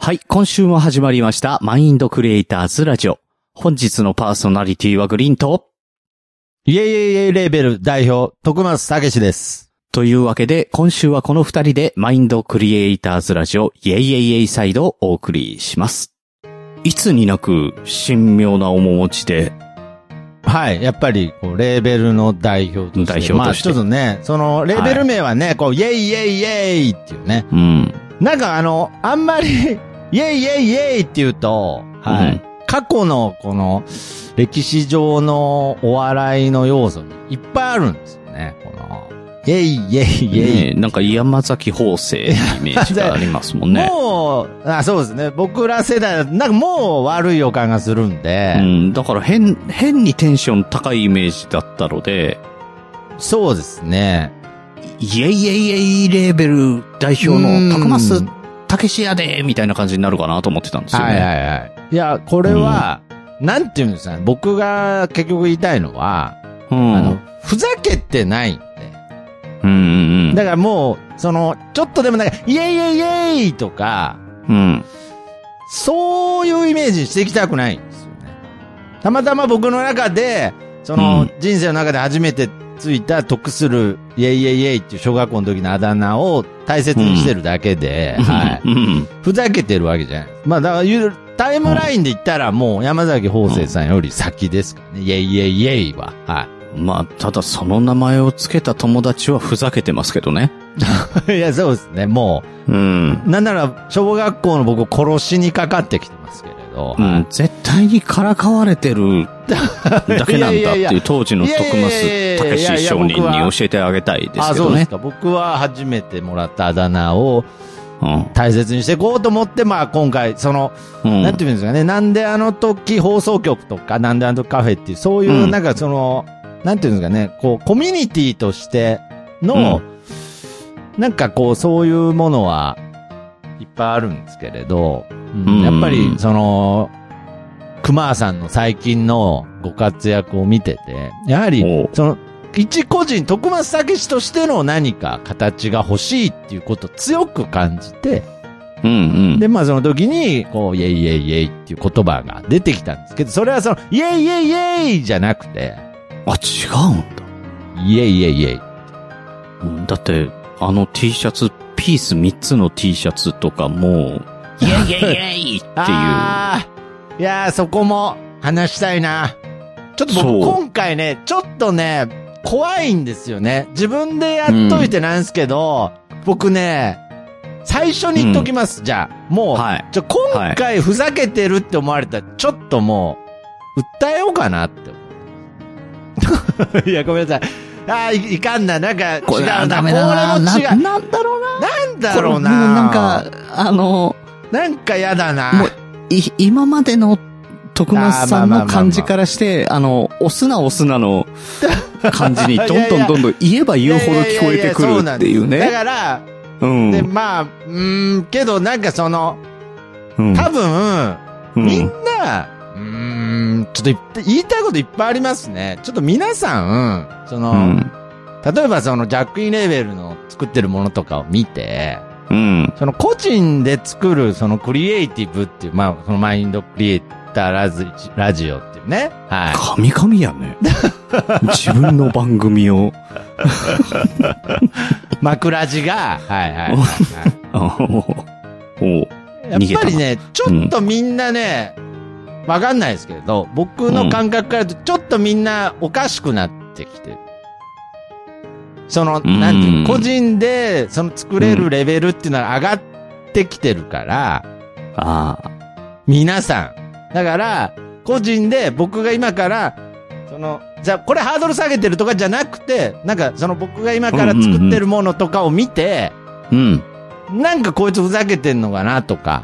はい、今週も始まりましたマインドクリエイターズラジオ。本日のパーソナリティはグリーンと、 イエイエイエイレーベル代表、徳松武史です。 というわけで、今週はこの二人でマインドクリエイターズラジオイエイエイエイサイドをお送りします。いつになく神妙な面持ちで、 はい。やっぱり、レーベルの代表として。まあ、ちょっとね、その、レーベル名はね、イェイイェイイェイっていうね。 うん。 なんかあんまり、イェイイェイイェイって言うと、はい。うん、過去の、歴史上のお笑いの要素にいっぱいあるんですよね。イェイイェイイェイ。 なんか山崎邦生のイメージがありますもんね。 もう、そうですね。僕ら世代、なんかもう悪い予感がするんで。 うん、だから変にテンション高いイメージだったので。 そうですね。 イェイイェイイェイレーベル代表の徳松武史やでみたいな感じになるかなと思ってたんですよね。 はいはいはい。いや、これは、なんていうんですかね。僕が結局言いたいのは、ふざけてないんで。だからもう、ちょっとでもなんか、イェイイェイイェイとか、そういうイメージにしていきたくないんですよね。たまたま僕の中で、人生の中で初めてついた得するイェイイェイイェイっていう小学校の時のあだ名を大切にしてるだけで、はい。ふざけてるわけじゃない。まあだからタイムラインで言ったらもう山崎邦生さんより先ですからね。イェイイェイイェイは。はい。 まあ、ただその名前をつけた友達はふざけてますけどね。 いや、そうですね、もう。なんなら、小学校の僕を殺しにかかってきてますけれど。 絶対にからかわれてるだけなんだっていう当時の徳松武史商人に教えてあげたいですけどね。 そうですか。僕は初めてもらったあだ名を、大切にしていこうと思って、まあ今回、なんていうんですかね、なんであの時放送局とか、なんであの時カフェっていう、そういう、なんかなんていうんですかね、コミュニティとしての、なんかそういうものはいっぱいあるんですけれど、やっぱり、熊さんの最近のご活躍を見てて、やはり、一個人、徳松武史としての何か形が欲しいっていうことを強く感じて、で、まあその時に、イェイイェイイェイっていう言葉が出てきたんですけど、それはイェイイェイイェイじゃなくて、 あ、違うんだ。 イェイイェイイェイ。 だって、T シャツ、ピース3つの T シャツとかも、イェイイェイイェイっていう。 いやー、そこも話したいな。ちょっと僕今回ね、ちょっとね、怖いんですよね。自分でやっといてなんですけど、僕ね、最初に言っときます。じゃあ、もう、今回ふざけてるって思われたら、ちょっともう、訴えようかなって思う。いや、ごめんなさい。いかんな。なんか、違うな。 ダメだな。なんだろうな。 なんだろうな。 なんか、 なんかやだな。 もう、今までの徳松さんの感じからして、押すなの感じに、どんどん言えば言うほど聞こえてくるっていうね。 だから、で、まあ、けどなんか多分、みんな、ちょっと言いたいこといっぱいありますね。ちょっと皆さん、例えばジャックインレーベルの作ってるものとかを見て、個人で作るクリエイティブっていう、まあ、マインドクリエイターラジオっていうね。はい。 神々やね。自分の番組を。 枕地が、はい。やっぱりね、ちょっとみんなね、わかんないですけれど、僕の感覚から言うと、ちょっとみんなおかしくなってきてる。なんていうの、個人で、作れるレベルっていうのは上がってきてるから、皆さん。だから、個人で僕が今から、じゃあこれハードル下げてるとかじゃなくて、なんか僕が今から作ってるものとかを見て、なんかこいつふざけてんのかなとか、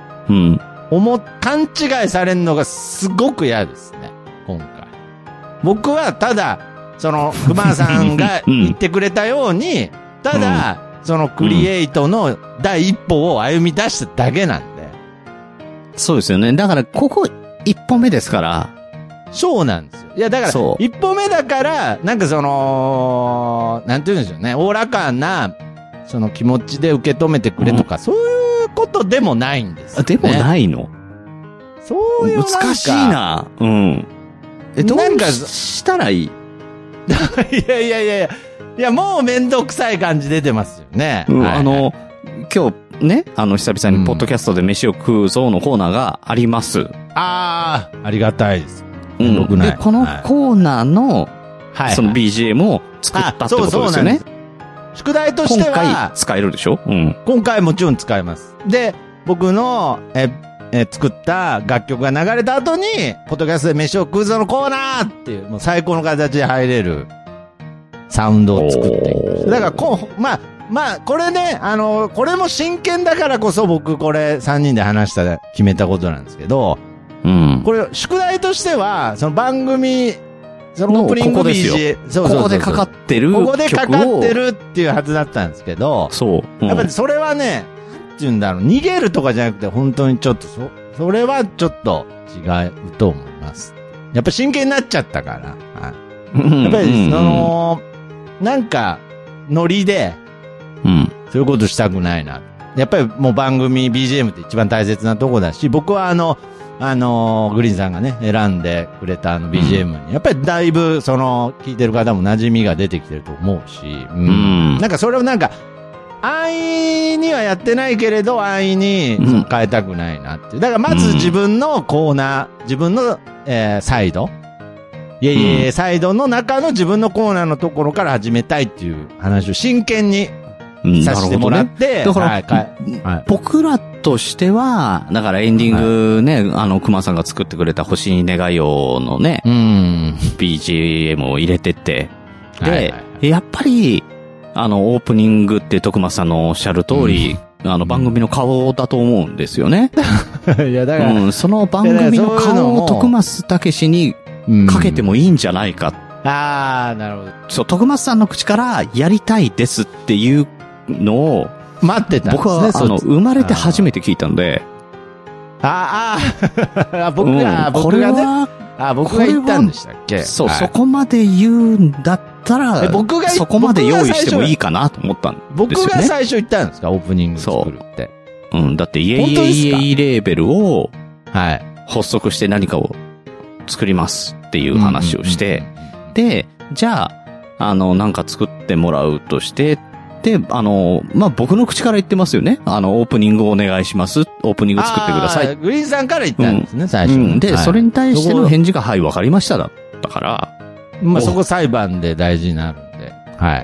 勘違いされるのがすごく嫌ですね、今回。僕はただ、熊さんが言ってくれたように、ただ、クリエイトの第一歩を歩み出しただけなんで。 そうですよね。だから、ここ一歩目ですから。 そうなんですよ。いや、だから、一歩目だから、なんかなんて言うんでしょうね、おおらかな、気持ちで受け止めてくれとか、そういうことでもないんですよ、ね。 でもないの？ そういう難しいな。うん。どうしたらいい？ いや、もうめんどくさい感じ出てますよね。 うん、今日ね、久々にポッドキャストで飯を食うぞのコーナーがあります。 ありがたいです。 うん。で、このコーナーの、その BGM を作ったってことですよね。 宿題としては。 今回使えるでしょ？うん。 今回もちろん使えます。で、僕の、作った楽曲が流れた後に、ポッドキャストで飯を食うぞのコーナーっていう、もう最高の形で入れるサウンドを作っていきました。だからまあ、これね、これも真剣だからこそ僕これ3人で決めたことなんですけど、 うん。 これ、宿題としては、その番組、そのオープニング BG、 ここでかかってるここでかかってるっていうはずだったんですけど、 そう。 やっぱりそれはね、なんて言うんだろう、逃げるとかじゃなくて、本当にちょっと、それはちょっと違うと思います。やっぱ真剣になっちゃったから。はい、やっぱり、なんか、ノリで、そういうことしたくないな。やっぱりもう番組 BGM って一番大切なとこだし、僕はグリーンさんがね、選んでくれたBGM に、やっぱりだいぶ、聞いてる方も馴染みが出てきてると思うし、なんかそれをなんか、安易にはやってないけれど、安易に変えたくないなっていう。だからまず自分のコーナー、自分の、サイド。サイドの中の自分のコーナーのところから始めたいっていう話を真剣にさせてもらって、 だから、僕らとしては、だからエンディングね、熊さんが作ってくれた星に願いをのね、BGM を入れてって、で、やっぱり、オープニングって徳松さんのおっしゃる通り、番組の顔だと思うんですよね。 いや、だから、 その番組の顔を徳松武史にかけてもいいんじゃないか。 なるほど。 そう、徳松さんの口からやりたいですっていうのを、 待ってたんですね。 僕は、生まれて初めて聞いたんで。 僕がね。僕が言ったんでしたっけ？ そう、そこまで言うんだったら、そこまで用意してもいいかなと思ったんですよね。 僕が最初言ったんですか？オープニング作るって。 そう。うん、だって、イエイエイエイレーベルを、発足して何かを作りますっていう話をして、で、じゃあ、なんか作ってもらうとして、で、僕の口から言ってますよね。オープニングお願いします。オープニング作ってください。 グリーンさんから言ったんですね、最初。 で、それに対しての返事が、はい、わかりましただったから。 そこ裁判で大事になるんで。はい。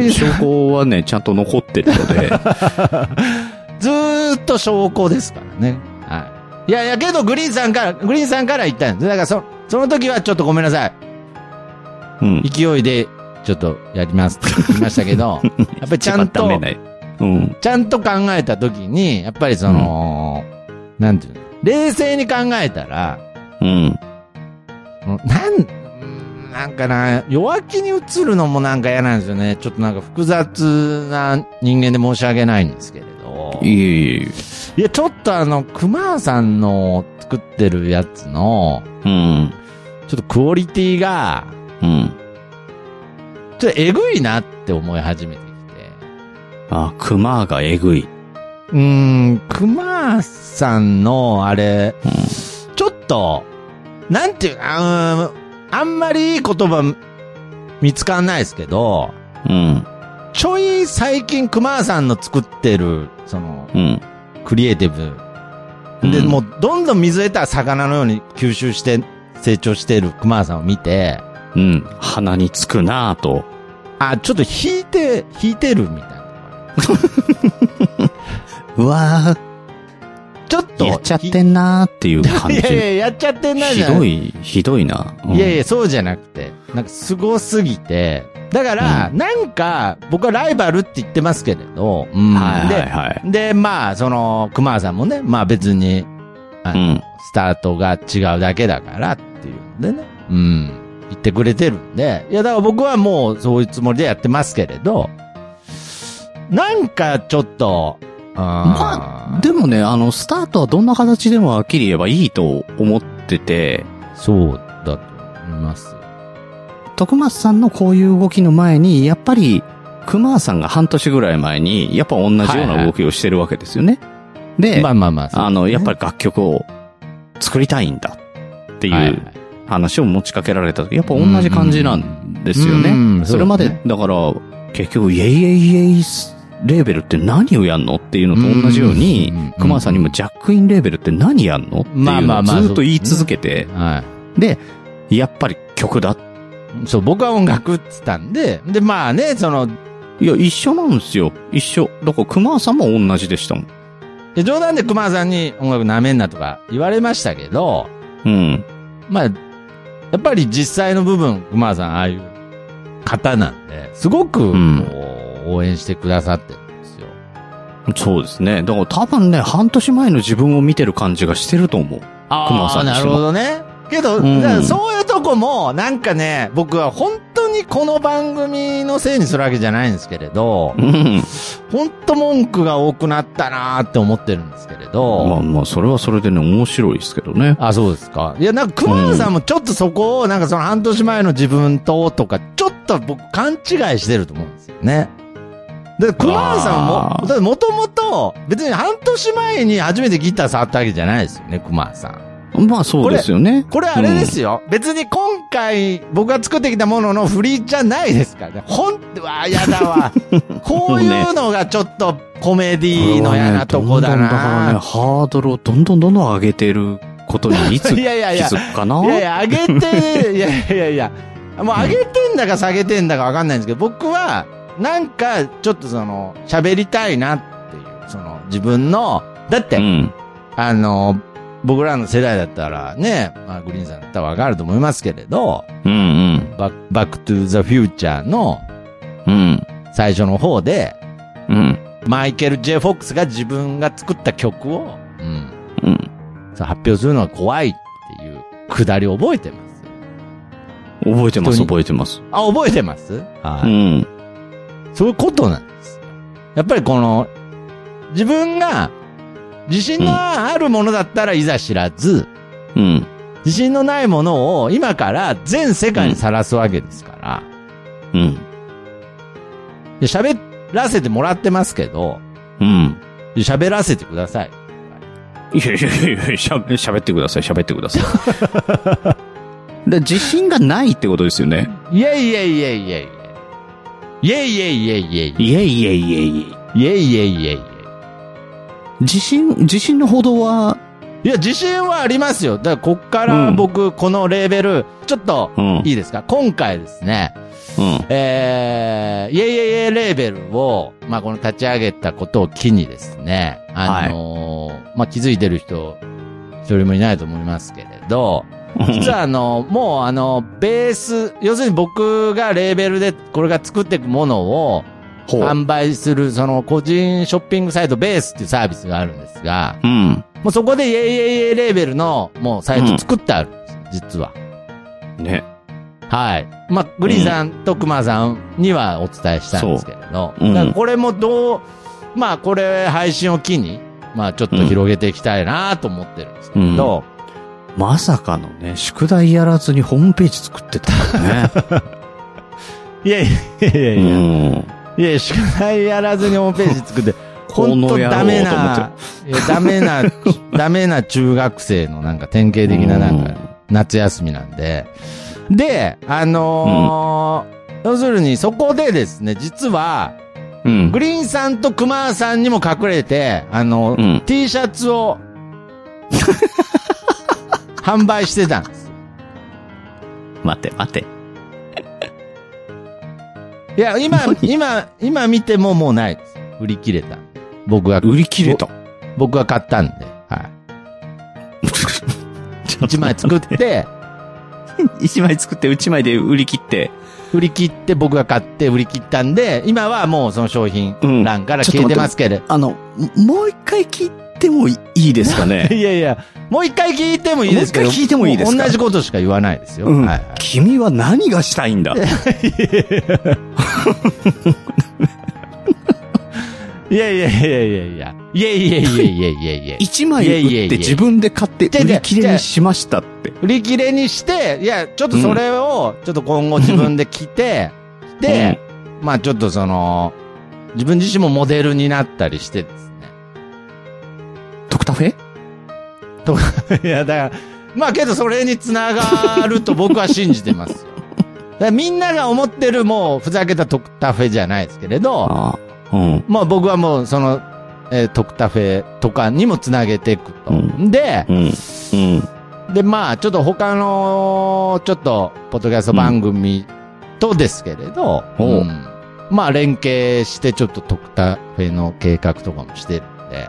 証拠はね、ちゃんと残ってるので。 ずーっと証拠ですからね。はい。いや、けどグリーンさんから言ったんです。だからその時はちょっとごめんなさい。勢いで、ちょっとやりますって言いましたけど、やっぱりちゃんと、ちゃんと考えたときに、やっぱりなんていうの、冷静に考えたら、なんかな、弱気に映るのもなんか嫌なんですよね。ちょっとなんか複雑な人間で申し訳ないんですけれど。いや、ちょっと熊さんの作ってるやつの、ちょっとクオリティが、ちょっとえぐいなって思い始めてきて。 熊がえぐい。 熊さんの、あれ、ちょっと、なんていう、あんまりいい言葉見つかんないですけど、ちょい最近熊さんの作ってる、クリエイティブ。で、もうどんどん水得た魚のように吸収して成長してる熊さんを見て、 鼻につくなぁと。 ちょっと引いてるみたいな。 うわぁ。 ちょっと。 やっちゃってんなーっていう感じ。 いや、やっちゃってんなじゃん。 ひどいな。 いや、そうじゃなくて、なんかすごすぎて、だから、なんか、僕はライバルって言ってますけれど、で、まあ、熊さんもね、まあ別に、スタートが違うだけだからっていうのでね、言ってくれてるんで、いや、だから僕はもうそういうつもりでやってますけれど、なんかちょっと、 でもね、スタートはどんな形でもはっきり言えばいいと思ってて、 そうだと思います。 徳松さんのこういう動きの前に、やっぱり、熊さんが半年ぐらい前に、やっぱ同じような動きをしてるわけですよね。 で、 まあまあまあ、 やっぱり楽曲を作りたいんだっていう話を持ちかけられた時、やっぱ同じ感じなんですよね。それまで、だから、結局、イエイイエイイエイレーベルって何をやんのっていうのと同じように、熊さんにもジャックインレーベルって何やんのっていうのをずっと言い続けて、で、やっぱり曲だ。 そう、僕は音楽って言ったんで、で、まあね、 いや、一緒なんですよ。一緒。だから熊さんも同じでしたもん。 で、冗談で熊さんに音楽舐めんなとか言われましたけど、まあ、やっぱり実際の部分、熊さんああいう方なんで、すごく、応援してくださってるんですよ。 そうですね。だから多分ね、半年前の自分を見てる感じがしてると思う。熊さんにしても。 なるほどね。けど、そういうとこも、なんかね、僕は本当にこの番組のせいにするわけじゃないんですけれど、本当文句が多くなったなーって思ってるんですけれど。 まあまあ、それはそれでね、面白いですけどね。 あ、そうですか。いや、なんか熊田さんもちょっとそこを、なんかその半年前の自分とか、ちょっと僕勘違いしてると思うんですよね。で、熊田さんも、もともと、別に半年前に初めてギター触ったわけじゃないですよね、熊田さん。 まあそうですよね。 これあれですよ。別に今回僕が作ってきたものの振りじゃないですからね。やだわ。こういうのがちょっとコメディの嫌なとこだな。 だからね、ハードルをどんどん上げてることにいつ気づくかな。 上げて、もう上げてんだか下げてんだかわかんないんですけど、僕は、なんか、ちょっと喋りたいなっていう、自分の、だって、僕らの世代だったらね、まあ、グリーンさんだったらわかると思いますけれど、バックトゥザフューチャーの、最初の方で、マイケル・J・フォックスが自分が作った曲を、発表するのは怖いっていうくだり覚えてます？ 覚えてます。 あ、覚えてます？はい。そういうことなんです。やっぱり自分が、自信のあるものだったらいざ知らず、自信のないものを今から全世界にさらすわけですから、で喋らせてもらってますけど、喋らせてください。 いや、喋ってください。で、自信がないってことですよね。 いや。 自信のほどは、 いや、自信はありますよ。だから、こっから僕、このレーベル、ちょっと、いいですか？今回ですね、イエイエイレーベルを、まあ、この立ち上げたことを機にですね、まあ、気づいてる人、一人もいないと思いますけれど、実はもうベース、要するに僕がレーベルでこれが作っていくものを販売する、個人ショッピングサイトベースっていうサービスがあるんですが、もうそこでイエイエイレーベルのもうサイト作ってあるんです、実は。 ね。 はい。まあ、グリーンさんとクマさんにはお伝えしたんですけれど、だからこれもまあ、これ配信を機に、まあ、ちょっと広げていきたいなと思ってるんですけど、 まさかのね、宿題やらずにホームページ作ってたね。 いや、宿題やらずにホームページ作って、ほんとダメな中学生のなんか典型的ななんか夏休みなんで。で、要するにそこでですね、実は、グリーンさんとクマさんにも隠れて、T シャツを、販売してたんです。 待て。 いや、今見てももうないです。売り切れた。 売り切れた。 僕が買ったんで、はい。1枚作って、 1枚作って1枚で売り切って僕が買って売り切ったんで、今はもうその商品欄から消えてますけど。 もう一回聞いてもいいですかね。 いや、もう一回聞いてもいいですけど。 もう一回聞いてもいいですか？ 同じことしか言わないですよ。はい。 君は何がしたいんだ？ いや。 1枚売って自分で買って売り切れにしましたって。 売り切れにして、いや、ちょっとそれを、ちょっと今後自分で着て、まあちょっと自分自身もモデルになったりしてですね。 クタフェいや、だから、まあけどそれにつながると僕は信じてますよ。だからみんなが思ってるもうふざけたトクタフェじゃないですけれど、まあ僕はもうその、トクタフェとかにもつなげていくと。で、で、まあちょっと他の、ちょっと、ポッドキャスト番組とですけれど、まあ連携してちょっとトクタフェの計画とかもしてるんで、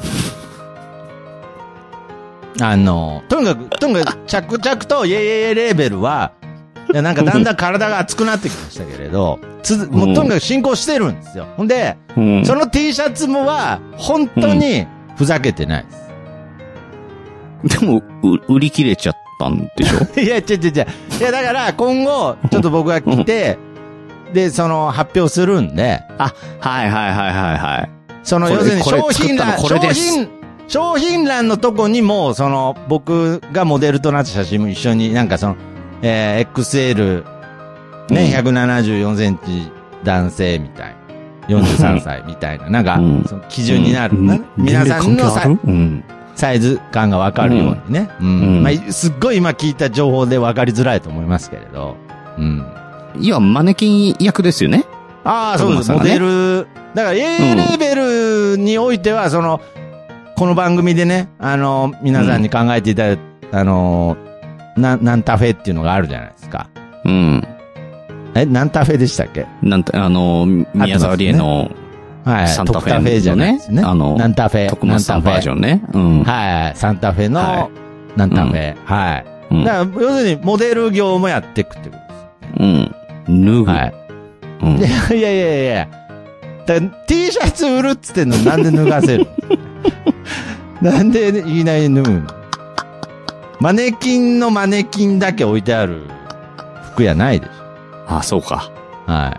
とにかく、着々とイエイエイレーベルは、いや、なんかだんだん体が熱くなってきましたけれど、もうとにかく進行してるんですよ。ほんで、その T シャツもは、本当にふざけてないです。 でも、売り切れちゃったんでしょいや、違う。いや、だから今後、ちょっと僕が来て、で、その発表するんで。 はい。 その、要するに商品欄のとこにも、その、僕がモデルとなった写真も一緒に、なんかその、XL、ね、174センチ男性みたいな。43歳みたいな。なんか、その基準になるな。皆さんのサイズ感がわかるようにね。まあ、すっごい今聞いた情報でわかりづらいと思いますけれど。 いや、マネキン役ですよね。 ああ、そうです。モデル。だから、A レーベルにおいては、その、この番組でね、皆さんに考えていただいた、なんたフェっていうのがあるじゃないですか。なんたフェでしたっけ？ 宮沢りえの、 はい。 サンタフェトクタフェじゃないですね。なんたフェ。 徳松さんバージョンね。 はい。サンタフェの、なんたフェ。はい。だから、要するに、モデル業もやっていくってことですね。 脱ぐ。 はい。いや。だ T シャツ売るっつってんのなんで脱がせるなんでいきなり脱ぐの？マネキンのマネキンだけ置いてある服やないでしょ。 あ、そうか。 はい。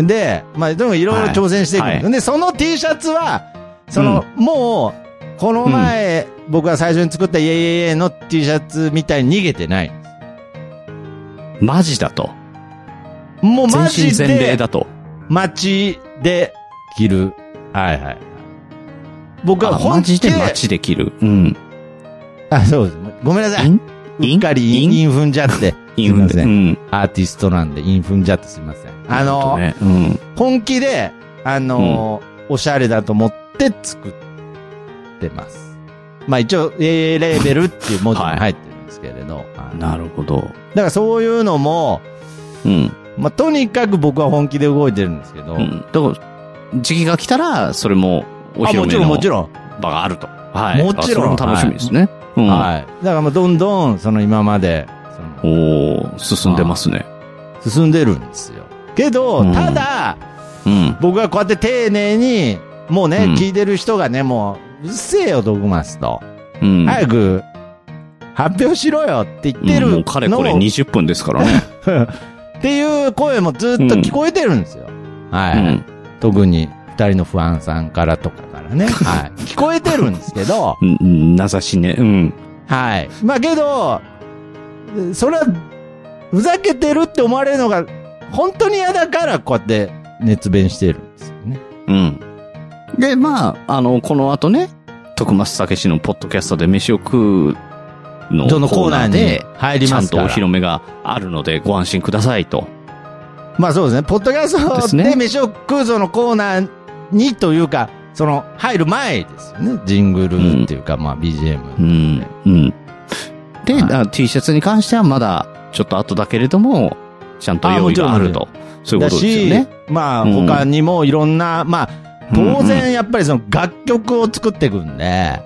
で、まあ、でもいろいろ挑戦していくんです。で、その T シャツは、もう、この前、僕が最初に作ったイエイエイの T シャツみたいに逃げてないんです。 マジだと。 もうマジで。 全身全霊だと。 街で着る。はい。僕はマジで街で着る。 そうです。ごめんなさい。うっかりイン踏んじゃって。すいません。アーティストなんでイン踏んじゃってすいません。本気で、おしゃれだと思って作ってます。まあ一応、A レーベルっていう文字も入ってるんですけれど。 なるほど。だからそういうのも、まあとにかく僕は本気で動いてるんですけど。だから時期が来たら、それもお披露目の場があると。はい。 もちろん。 楽しみですね。 はい。だからどんどん、今まで、 進んでますね。 進んでるんですよ。けど、ただ、僕がこうやって丁寧に、もうね、聞いてる人がね、もう、うっせえよ、ドグマスと。早く、発表しろよって言ってるの。 もうかれこれ20分ですからね。 っていう声もずっと聞こえてるんですよ。はい。特に、二人の不安さんからとかからね。はい。聞こえてるんですけど。 名指しね。 はい。まあけど、それは、ふざけてるって思われるのが、本当に嫌だから、こうやって熱弁してるんですよね。 で、まあ、この後ね、徳松武史のポッドキャストで飯を食うのコーナーで、 入りますから。 ちゃんとお披露目があるので、ご安心くださいと。 まあそうですね。ポッドキャストで飯を食うぞのコーナーにというか、入る前ですよね。ジングルっていうか、まあ BGM。 で、T シャツに関してはまだちょっと後だけれども、ちゃんと用意があると。そういうことですよね。 まあ他にもいろんな、まあ当然やっぱり楽曲を作っていくんで、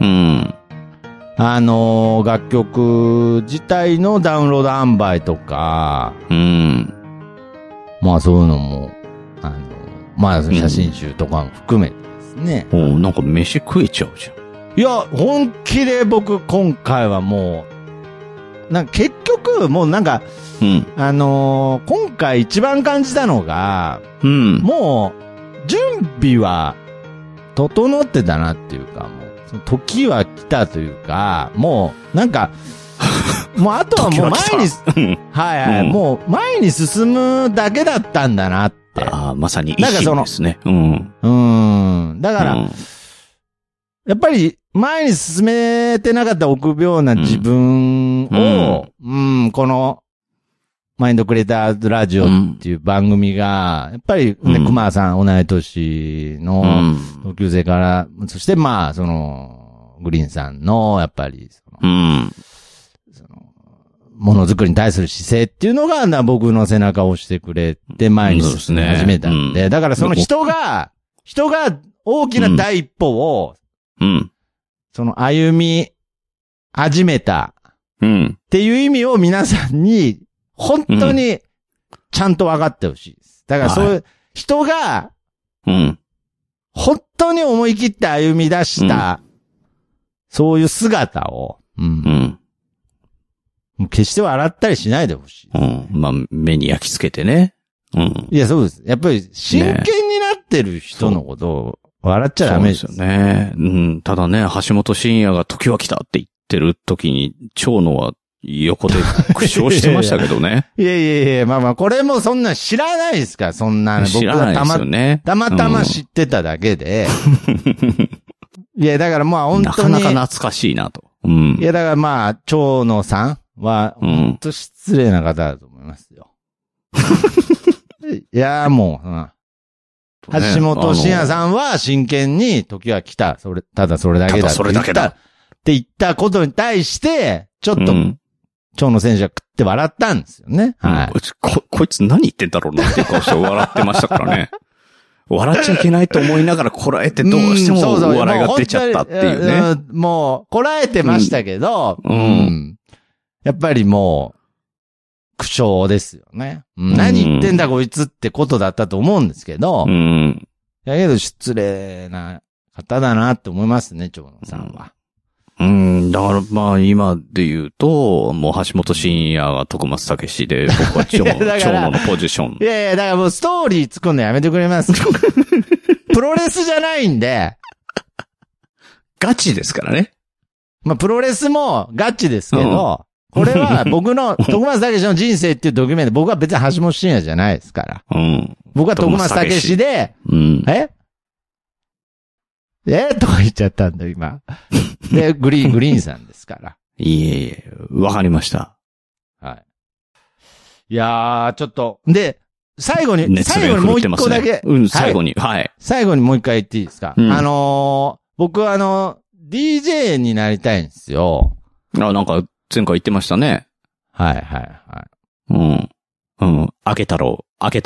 楽曲自体のダウンロード販売とか、まあそういうのも、まあ写真集とかも含めてですね。 なんか飯食えちゃうじゃん。 いや、本気で僕今回はもう、結局もう今回一番感じたのが、もう準備は整ってたなっていうか、もう時は来たというか、もうもうあとはもう前に、もう前に進むだけだったんだなって。 まさに意識ですね。 だから、 やっぱり前に進めてなかった臆病な自分を、このマインドクリエイターズラジオっていう番組が、やっぱりね、熊さん同い年の同級生から、そしてまあ、その、グリーンさんの、やっぱり、ものづくりに対する姿勢っていうのが、僕の背中を押してくれて前に進み始めたんで、だからその人が大きな第一歩を、その歩み始めたっていう意味を皆さんに本当にちゃんと分かってほしいです。だからそういう人が本当に思い切って歩み出したそういう姿を決して笑ったりしないでほしい。 まあ、目に焼き付けてね。 いや、そうです。やっぱり真剣になってる人のことを笑っちゃダメですよね。ただね、橋本真也が時は来たって言ってる時に、長野は横で苦笑してましたけどね。 いや、まあまあ、これもそんな知らないですから、そんな、 僕はたまたま知ってただけで。いや、だからまあ本当に。 なかなか懐かしいなと。 いや、だからまあ、長野さんは、本当失礼な方だと思いますよ。いや、もう、橋本真也さんは真剣に時は来た。ただそれだけだ。 それだけだ。 って言ったことに対して、ちょっと、長野選手は食って笑ったんですよね。はい。 こいつ何言ってんだろうなっていう顔して笑ってましたからね。笑っちゃいけないと思いながらこらえてどうしても笑いが出ちゃったっていうね。 もう、こらえてましたけど、やっぱりもう、苦笑ですよね。何言ってんだこいつってことだったと思うんですけど、だけど失礼な方だなって思いますね、長野さんは。 だからまあ今で言うと、もう橋本真也が徳松武史で、僕は長野のポジション。 いや、だからもうストーリー作るのやめてくれますかプロレスじゃないんで。 ガチですからね。 まあプロレスもガチですけど、これは僕の徳松武史の人生っていうドキュメント、僕は別に橋本真也じゃないですから。僕は徳松武史で、とか言っちゃったんだ、今。で、グリーンさんですから。 いえ、わかりました。 はい。いやー、ちょっと、で、最後にもう一個だけ。 最後に、はい。 最後にもう一回言っていいですか。僕はDJ になりたいんですよ。 なんか、前回言ってましたね。 はい。 あげ太郎。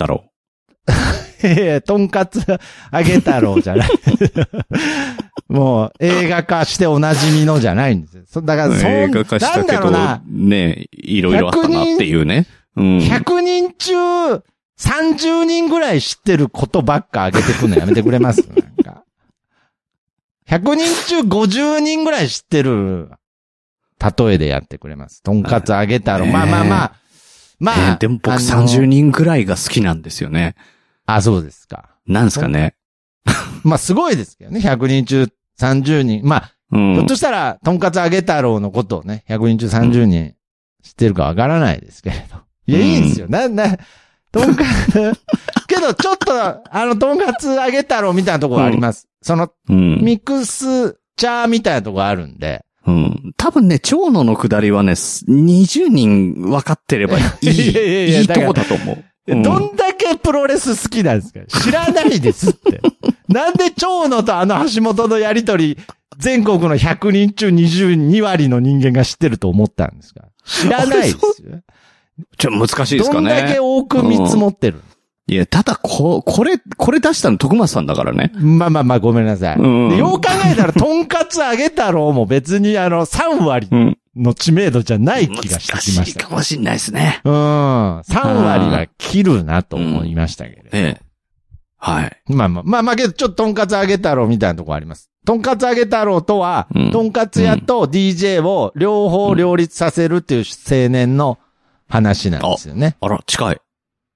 とんかつあげ太郎じゃない。もう映画化しておなじみのじゃないんですよ。だから映画化したけど、ね、いろいろあったなっていうね。 100人中30人ぐらい知ってることばっかあげてくるのやめてくれますなんか。100人中50人ぐらい知ってる例えでやってくれます。とんかつあげ太郎。まあ。 でも僕30人ぐらいが好きなんですよね。 そうですか。 なんですかね。 まあ、すごいですけどね。100人中30人。まあ、ひょっとしたら、とんかつあげ太郎のことをね、100人中30人知ってるかわからないですけれど。いや、いいんですよ。とんかつ、けど、ちょっと、とんかつあげ太郎みたいなところあります。その、ミックスチャーみたいなところあるんで。 多分ね、長野の下りはね、20人分かってればいいとこだと思う。 どんだけプロレス好きなんですか？知らないですって。なんで長野と橋本のやりとり、全国の100人中22割の人間が知ってると思ったんですか？知らないですよ。 難しいですかね。 どんだけ多く見積もってる？ いや、ただこれ出したの徳松さんだからね。 まあ、ごめんなさい。よう考えたら、とんかつあげ太郎も別に3割の知名度じゃない気がしてきました。 難しいかもしれないですね。 3割は切るなと思いましたけれど。 はい。 まあ、けど、ちょっととんかつあげ太郎みたいなとこあります。とんかつあげ太郎とは、とんかつ屋と DJ を両方両立させるっていう青年の話なんですよね。 あら、近い。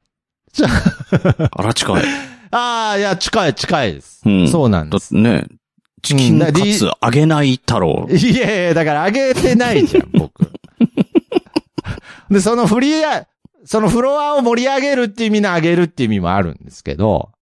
あら、近い。 いや、近いです。そうなんです。 ね。チキンカツあげない太郎。 いや、だからあげてないじゃん、僕。で、そのフロアを盛り上げるっていう意味のあげるっていう意味もあるんですけど、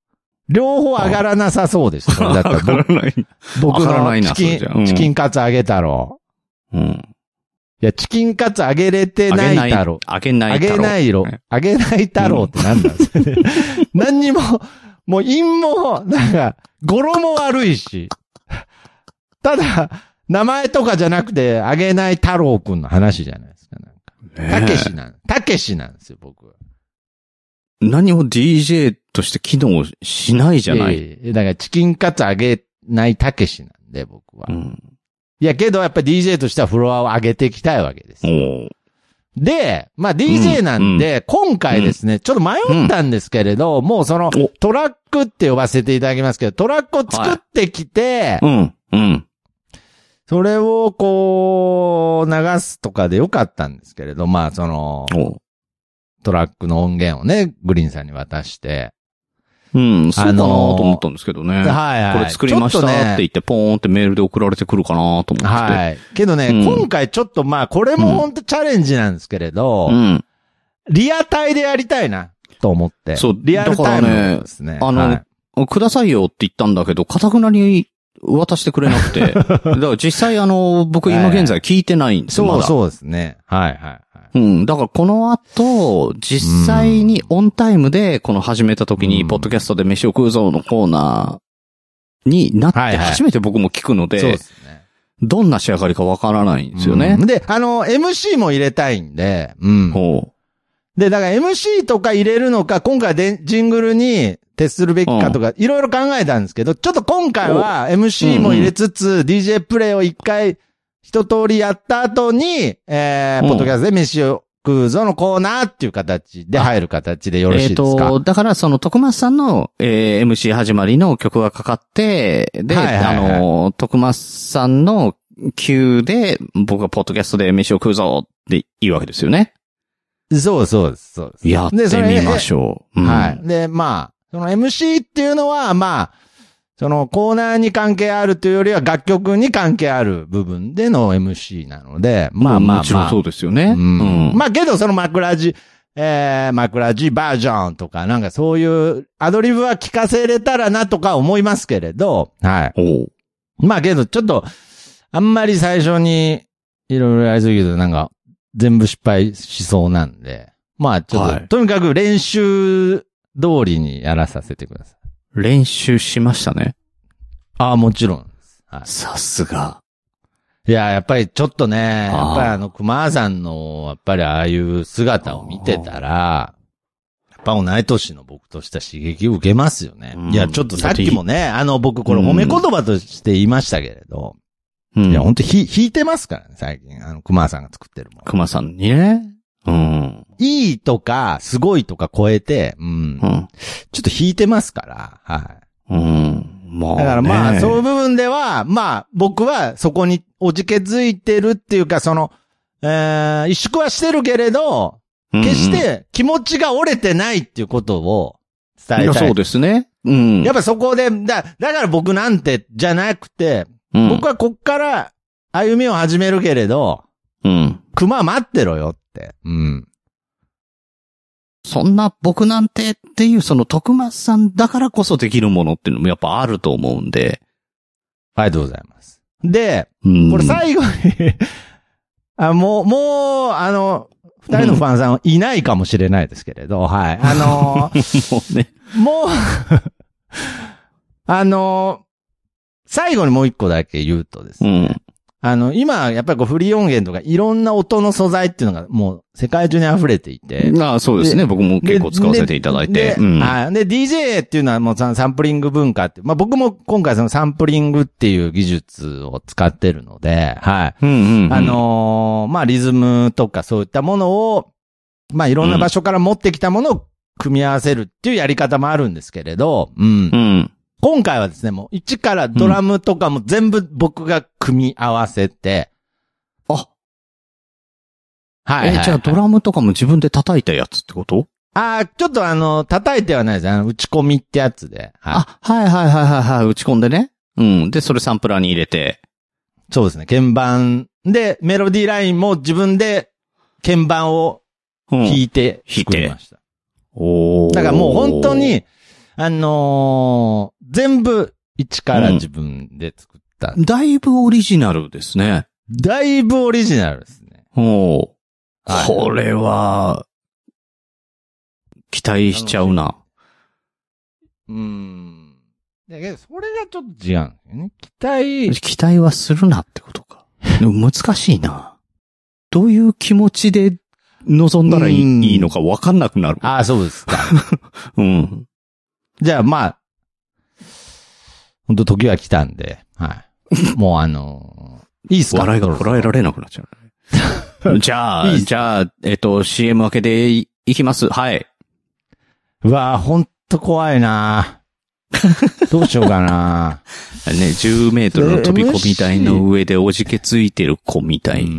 両方上がらなさそうでした。だったら上がらない。 僕のチキンカツあげ太郎。 うん。 いや、チキンカツあげれてない太郎。 あげない太郎。 あげない太郎ってなんだ、何にも、もう陰も、なんか、語呂も悪いし。ただ、名前とかじゃなくて、あげない太郎くんの話じゃないですか。たけしなんですよ、僕は。 何も DJ として機能しないじゃない。 だからチキンカツあげないたけしなんで、僕は。いや、けどやっぱり DJ としてはフロアを上げていきたいわけですよ。で、まあ DJ なんで、今回ですね、ちょっと迷ったんですけれど、もうそのトラックって呼ばせていただきますけど、トラックを作ってきて、それをこう流すとかでよかったんですけれど、まあその、トラックの音源をね、グリーンさんに渡して。 そうかなと思ったんですけどね。これ作りましたって言って、ポーンってメールで送られてくるかなと思って。 はい。けどね、今回ちょっとまあ、これも本当チャレンジなんですけれど、リアタイでやりたいな、と思って。 そう、 リアルタイムですね。 くださいよって言ったんだけど、堅くなに渡してくれなくて。だから実際僕今現在聞いてないんですよ、まだ。 そうですね。はい。 だからこの後、実際にオンタイムで、この始めた時に、ポッドキャストで飯を食うぞのコーナーになって、初めて僕も聞くので、そうですね。どんな仕上がりかわからないんですよね。 で、MC も入れたいんで、で、だから MC とか入れるのか、今回でジングルに徹するべきかとか、いろいろ考えたんですけど、ちょっと今回は MC も入れつつ、DJ プレイを一回、一通りやった後に、ポッドキャストで飯を食うぞのコーナーっていう形で入る形でよろしいですか？ だからその徳松さんの、MC 始まりの曲がかかって、で、徳松さんの Q で僕がポッドキャストで飯を食うぞって言うわけですよね。 そうです。 やってみましょう。 はい。で、まあ、その MC っていうのは、まあ、そのコーナーに関係あるというよりは楽曲に関係ある部分での MC なので、まあ。 もちろんそうですよね。 まあけどその枕地バージョンとかなんかそういうアドリブは聞かせれたらなとか思いますけれど、はい。まあけどちょっと、あんまり最初にいろいろやりすぎるとなんか全部失敗しそうなんで、まあちょっと、とにかく練習通りにやらさせてください。 練習しましたね。 もちろんです。 さすが。 いや、やっぱりちょっとね、やっぱり熊さんの、やっぱりああいう姿を見てたら、やっぱ同い年の僕としては刺激を受けますよね。いや、ちょっとさっきもね、僕これ褒め言葉として言いましたけれど、いや、ほんと弾いてますからね、最近。熊さんが作ってるもの。 熊さんにね。 いいとか、すごいとか超えて、ちょっと弾いてますから、はい。まあ、だからまあ、そういう部分では、まあ、僕はそこにおじけづいてるっていうか、その、萎縮はしてるけれど、決して気持ちが折れてないっていうことを伝えたい。いや、 そうですね。 やっぱそこで、だから僕なんて、じゃなくて、僕はこっから歩みを始めるけれど、熊待ってろよって。 そんな僕なんてっていうその徳松さんだからこそできるものっていうのもやっぱあると思うんで。 ありがとうございます。で、これ最後にもう、二人のファンさんはいないかもしれないですけれど、はい。最後にもう一個だけ言うとですね。今、やっぱりフリー音源とかいろんな音の素材っていうのがもう世界中に溢れていて。 そうですね。僕も結構使わせていただいて。 で、DJ っていうのはもうサンプリング文化って、まあ僕も今回そのサンプリングっていう技術を使ってるので、はい。まあリズムとかそういったものを、まあいろんな場所から持ってきたものを組み合わせるっていうやり方もあるんですけれど、今回はですね、もう一からドラムとかも全部僕が組み合わせて。 はい。じゃあドラムとかも自分で叩いたやつってこと？ ちょっと叩いてはないです。打ち込みってやつで。 はい。打ち込んでね。で、それサンプラーに入れて。 そうですね。鍵盤で、メロディーラインも自分で鍵盤を弾いて作りました。 だからもう本当に、 全部一から自分で作った。 だいぶオリジナルですね。 だいぶオリジナルですね。 おー。これは、期待しちゃうな。 だけど、それがちょっと違うんですよね。 期待はするなってことか。でも難しいな。どういう気持ちで臨んだらいいのか分かんなくなる。 ああ、そうですか。 じゃあ、まあ、本当時は来たんで、はい。もういいっすか？ 笑いがこらえられなくなっちゃう。じゃあ、CM 明けでいきます。はい。 うわぁ、ほんと怖いなどうしようかなね、10メートルの飛び込み台の上でおじけついてる子みたい。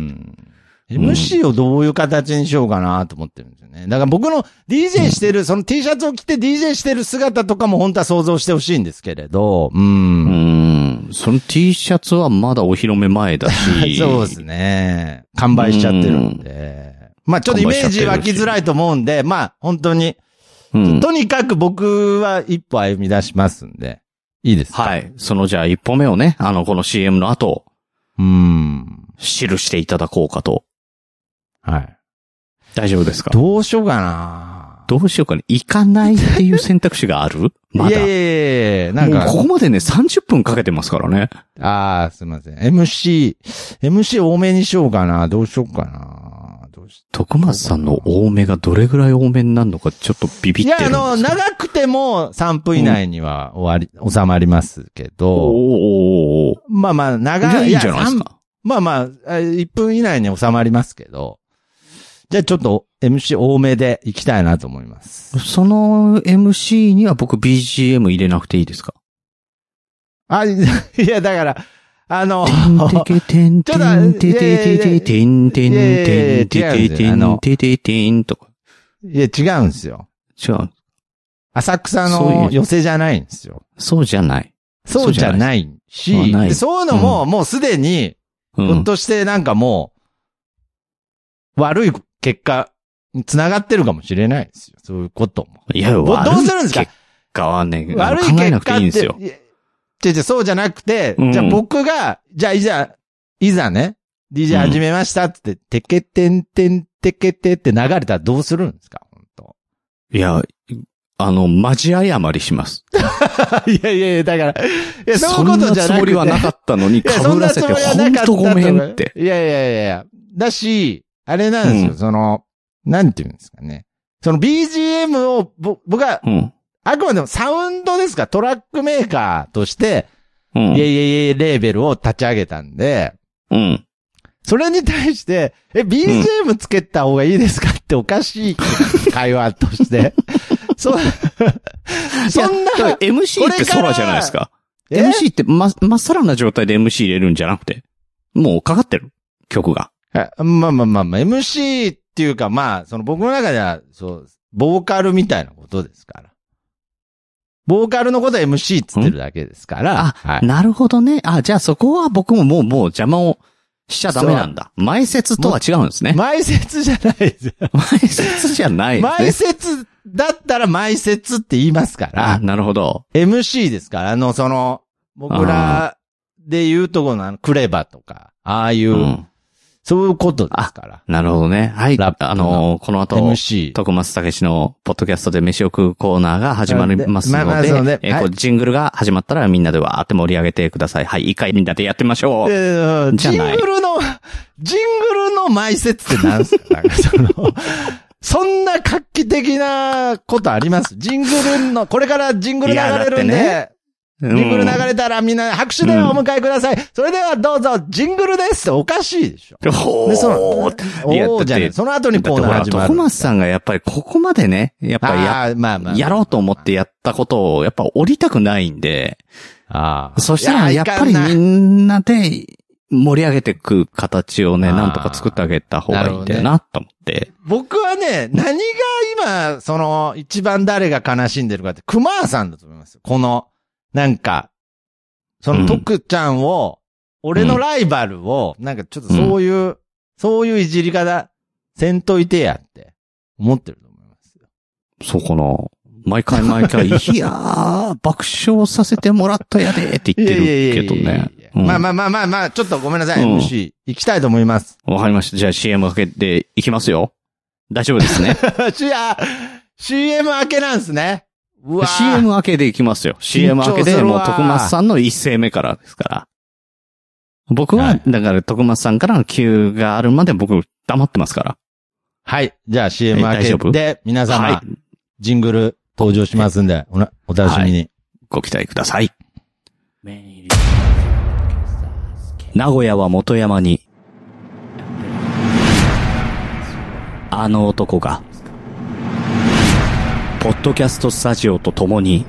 MC をどういう形にしようかなと思ってるんですよね。だから僕の DJ してる、その T シャツを着て DJ してる姿とかも本当は想像してほしいんですけれど。その T シャツはまだお披露目前だし。 そうですね。完売しちゃってるんで。まあちょっとイメージ湧きづらいと思うんで、まあ本当に。とにかく僕は一歩歩み出しますんで。いいですか？ はい。そのじゃあ一歩目をね、この CM の後。記していただこうかと。 はい。 大丈夫ですか？ どうしようかな。 どうしようかね。行かないっていう選択肢がある？まだ。 いやなんか。 もうここまでね、30分かけてますからね。 ああ、すいません。MC 多めにしようかな。どうしようかな。 徳松さんの多めがどれぐらい多めになるのかちょっとビビってるんですけど。 いや、長くても3分以内には収まりますけど。まあまあ、長い。 いいじゃないですか。 まあまあ、1分以内に収まりますけど。じゃあちょっと MC 多めで行きたいなと思います。 その MC には僕 BGM 入れなくていいですか？ いや、だから、 てんてけてんてんてててててんてんてんてててんてててんとか。 いや、違うんですよ。 違う。 浅草の寄せじゃないんですよ。 そうじゃない。 そうじゃないし、そういうのももうすでに、ひょっとしてなんかもう、悪い結果に繋がってるかもしれないですよ。そういうことも。 いや、どうするんですか？ 結果はね、 悪い結果って。そうじゃなくて、じゃあ僕が、じゃあいざね、DJ 始めましたって、てけてんてんてけてって流れたらどうするんですか？本当。 いや、マジ謝りします。 いや、だから、そういうことじゃなくて。そんなつもりはなかったのに被らせて本当ごめんって。 いや。だし、あれなんですよ、なんていうんですかね。その BGM を、僕は、あくまでもサウンドですか、トラックメーカーとして、イエイレーベルを立ち上げたんで、それに対して、BGM つけた方がいいですかっておかしい会話として。そんな、 MC って空じゃないですか。MC ってまっさらな状態で MC 入れるんじゃなくて、もうかかってる曲が。 まあ、MC っていうか、まあ、僕の中では、ボーカルみたいなことですから。ボーカルのことは MC っつってるだけですから。 なるほどね。じゃあそこは僕ももう邪魔をしちゃダメなんだ。前説とは違うんですね。 前説じゃないです。 前説じゃないですね。 前説だったら前説って言いますから。 なるほど。 MC ですから、僕らで言うとこのクレバとか、ああいう、そういうことですから。 なるほどね。はい。この後、 MC。 徳松武史のポッドキャストで飯を食うコーナーが始まりますので、ジングルが始まったらみんなでわーって盛り上げてください。はい。一回みんなでやってみましょう。 ジングルの前説って何すか？そんな画期的なことあります？ジングルの、これからジングル流れるんで、ジングル流れたらみんな拍手でお迎えください。それではどうぞ、ジングルですっておかしいでしょ。じゃね、その後にコーナー始まる。 徳松さんがやっぱりここまでね、やっぱりやろうと思ってやったことをやっぱ降りたくないんで、そしたらやっぱりみんなで盛り上げていく形をね、なんとか作ってあげた方がいいんだよなと思って。 僕はね、何が今、一番誰が悲しんでるかって、熊さんだと思いますよ。なんか、徳ちゃんを、俺のライバルを、なんかちょっとそういういじり方、せんといてやって、思ってると思いますよ。 そうかな。 毎回、いやー、爆笑させてもらったやでって言ってるけどね。 まあ、ちょっとごめんなさい、MC。行きたいと思います。 わかりました。じゃあ CM かけていきますよ。大丈夫ですね。 CM 明けなんですね。 CM 明けでいきますよ。CM 明けでもう徳松さんの一声目からですから。僕は、だから徳松さんからの急があるまで僕黙ってますから。 はい。じゃあ CM 明けで皆様、ジングル登場しますんで、お楽しみに、 ご期待ください。名古屋は元山に、あの男が、ポッドキャストスタジオと共に、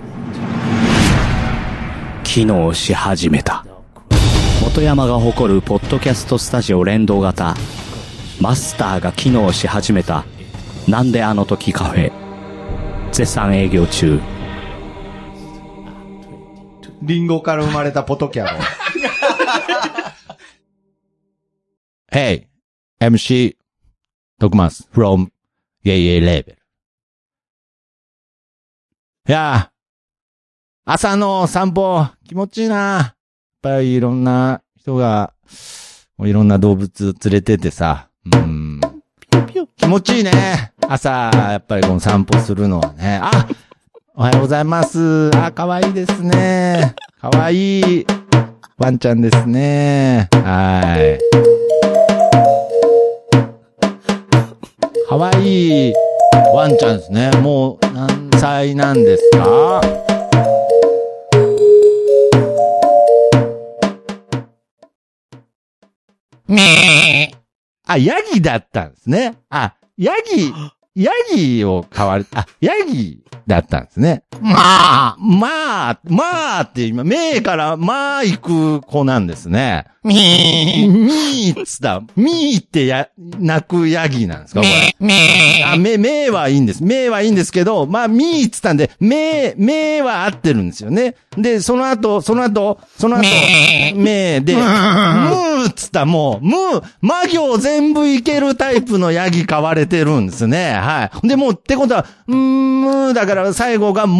機能し始めた。元山が誇るポッドキャストスタジオ連動型、マスターが機能し始めた、なんであの時カフェ、絶賛営業中。 リンゴから生まれたポトキャロ。Hey, MC, 徳松 from Yay Label. いやー、朝の散歩気持ちいいな。やっぱりいろんな人が、いろんな動物連れててさ、気持ちいいね。朝、やっぱりこの散歩するのはね。あ、おはようございます。あ、かわいいですね。かわいいワンちゃんですね。はい。かわいいワンちゃんですね。もう何歳なんですか？あ、ヤギだったんですね。あ、ヤギを飼われ、ヤギだったんですね。まあって今、目から行く子なんですね。みーっつった。みーって鳴くヤギなんですかこれ。目はいいんです。目はいいんですけど、まあ、みーっつったんで、目は合ってるんですよね。で、その後、目で、ムーっつったもう、魔行全部いけるタイプのヤギ飼われてるんですね。はい。で、もう、ってことは、だから最後が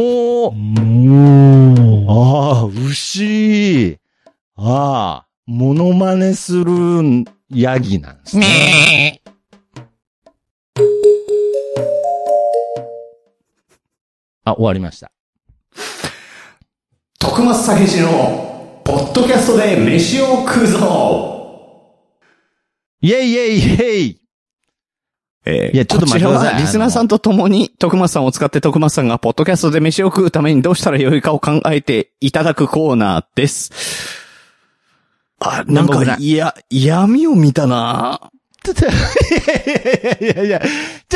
牛。モノマネするヤギなんですね。終わりました。 徳松武史のポッドキャストで飯を食うぞ。 イェイイェイイェイ。 いや、ちょっと待ってください。リスナーさんと共に、徳松さんを使って徳松さんがポッドキャストで飯を食うためにどうしたらよいかを考えていただくコーナーです。なんか、闇を見たな。 いや、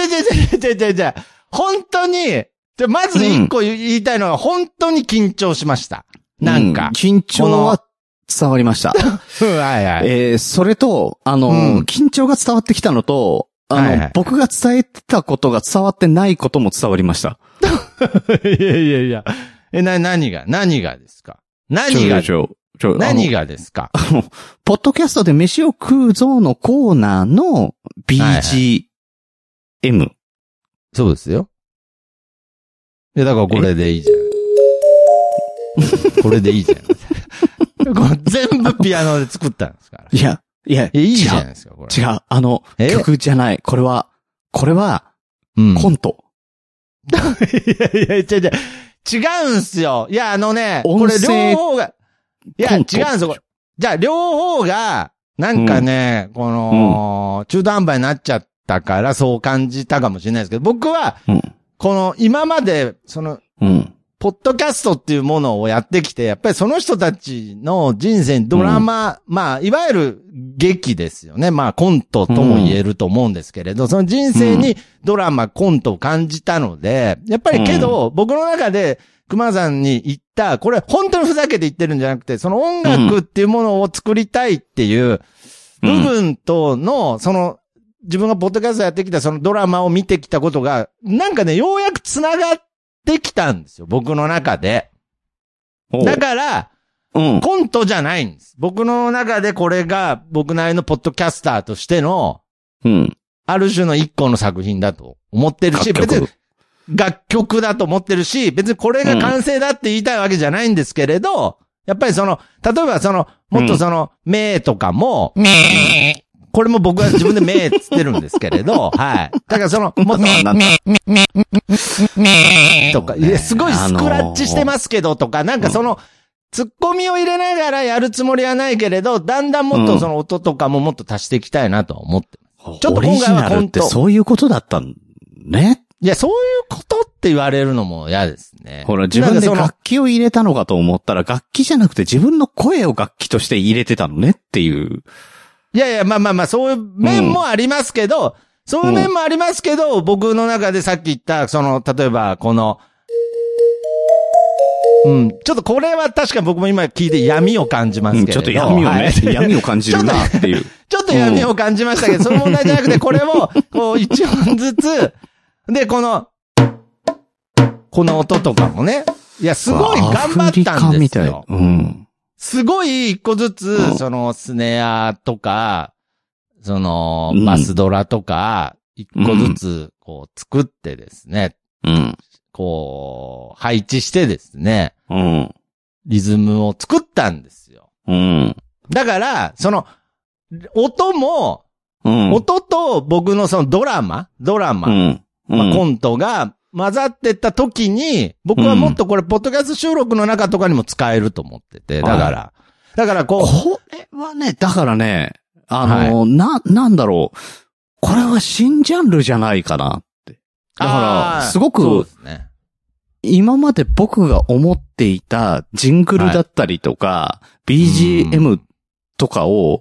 本当に、まず一個言いたいのは、本当に緊張しました。なんか。 緊張は伝わりました。 はい。それと、緊張が伝わってきたのと、僕が伝えてたことが伝わってないことも伝わりました。 いや。何がですか？何がですか？ ポッドキャストで飯を食うぞのコーナーの BGM。 そうですよ。だからこれでいいじゃん。これでいいじゃん。全部ピアノで作ったんですから。 いや、 いいじゃないですか、これ。 違う。曲じゃない。これは、コント。 いや、違うんすよ。いや、これ両方が、いや、違うんですよ。じゃあ、両方が、なんかね、中途半端になっちゃったから、そう感じたかもしれないですけど、僕は、今まで、ポッドキャストっていうものをやってきて、やっぱりその人たちの人生にドラマ、いわゆる劇ですよね。コントとも言えると思うんですけれど、その人生にドラマ、コントを感じたので、やっぱりけど、僕の中で、熊さんに言った、これ本当にふざけて言ってるんじゃなくて、その音楽っていうものを作りたいっていう部分との、自分がポッドキャストやってきたそのドラマを見てきたことが、なんかね、ようやく繋がってきたんですよ、僕の中で。だから、コントじゃないんです。僕の中でこれが僕なりのポッドキャスターとしての、ある種の一個の作品だと思ってるし、別に、 楽曲だと思ってるし、別にこれが完成だって言いたいわけじゃないんですけれど、やっぱり例えばもっと名とかも、これも僕は自分で名つってるんですけれど、はい。だからもっと、とか、すごいスクラッチしてますけどとか、なんかツッコミを入れながらやるつもりはないけれど、だんだんもっと音とかももっと足していきたいなと思ってます。ちょっと今回はコント。 そういうことだったんね。 いや、そういうことって言われるのも嫌ですね。 ほら、自分で楽器を入れたのかと思ったら、楽器じゃなくて自分の声を楽器として入れてたのねっていう。 いやいや、まあ、そういう面もありますけど、僕の中でさっき言った、例えば、ちょっとこれは確か僕も今聞いて闇を感じますけど。 ちょっと闇をね、闇を感じるなっていう。 ちょっと闇を感じましたけど、その問題じゃなくて、これを、一音ずつ、で、この音とかもね、いや、すごい頑張ったんですよ。すごい一個ずつ、スネアとか、バスドラとか、一個ずつ、作ってですね。配置してですね。リズムを作ったんですよ。だから、音も、音と僕のドラマ、コントが混ざってった時に、僕はもっとこれ、ポッドキャスト収録の中とかにも使えると思ってて、だからこれはね、だからね、なんだろう。これは新ジャンルじゃないかなって。だから、すごく、そうですね。今まで僕が思っていたジングルだったりとか、BGM とかを、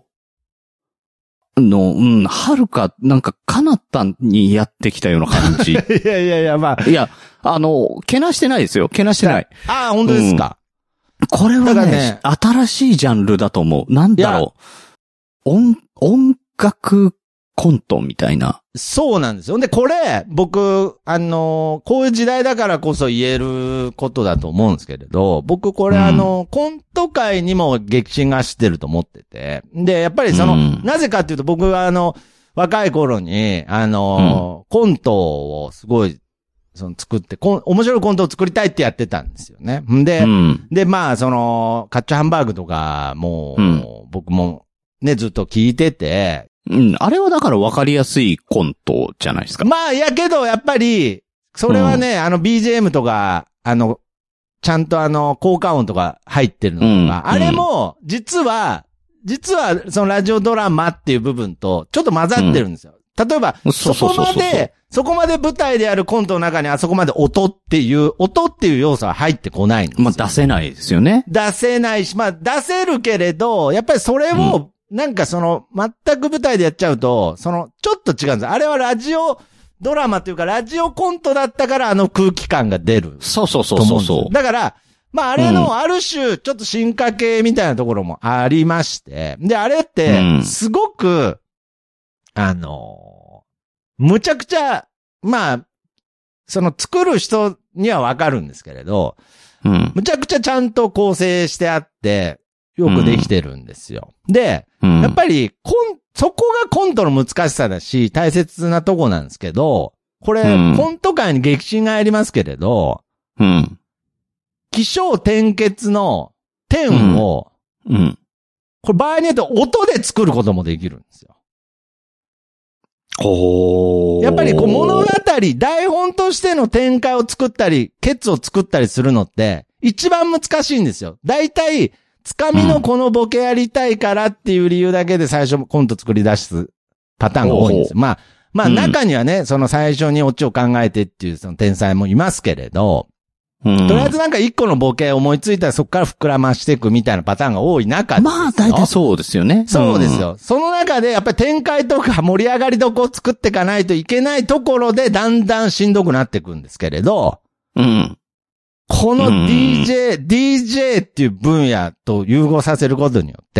はるか、なんか、かなったにやってきたような感じ。いや、まあ。 いや、けなしてないですよ。けなしてない。 ああ、本当ですか。 これはね、新しいジャンルだと思う。なんだろう。音楽コントみたいな。 そうなんですよ。で、これ、僕、こういう時代だからこそ言えることだと思うんですけれど、僕これコント界にも激震が走ってると思ってて。で、やっぱりなぜかっていうと僕は若い頃に、コントをすごい、作って、面白いコントを作りたいってやってたんですよね。で、まあ、カッチョハンバーグとかも、僕もね、ずっと聞いてて、 あれはだから分かりやすいコントじゃないですか。 まあ、やけど、やっぱり、それはね、BGM とか、ちゃんと効果音とか入ってるのとか、あれも、実は、ラジオドラマっていう部分と、ちょっと混ざってるんですよ。例えば、そこまで舞台でやるコントの中にあそこまで音っていう要素は入ってこないんですよ。 まあ、出せないですよね。 出せないし、まあ、出せるけれど、やっぱりそれを、なんか全く舞台でやっちゃうと、ちょっと違うんです。あれはラジオドラマというか、ラジオコントだったから空気感が出る。 そう。 だから、まあ、あれのある種、ちょっと進化系みたいなところもありまして。で、あれって、すごく、むちゃくちゃ、まあ、作る人にはわかるんですけれど、むちゃくちゃちゃんと構成してあって、よくできてるんですよ。で、やっぱり、そこがコントの難しさだし、大切なとこなんですけど、これ、コント界に激震がありますけれど、起承転結の点を、これ場合によって音で作ることもできるんですよ。やっぱり物語、台本としての展開を作ったり、ケツを作ったりするのって、一番難しいんですよ。大体、つかみのこのボケやりたいからっていう理由だけで最初コント作り出すパターンが多いんですよ。まあ中にはね、最初にオチを考えてっていう天才もいますけれど、とりあえずなんか一個のボケ思いついたらそこから膨らましていくみたいなパターンが多い中で。 まあ大体そうですよね。 そうですよ。その中でやっぱり展開とか盛り上がりどこを作っていかないといけないところでだんだんしんどくなっていくんですけれど、この DJ っていう分野と融合させることによって、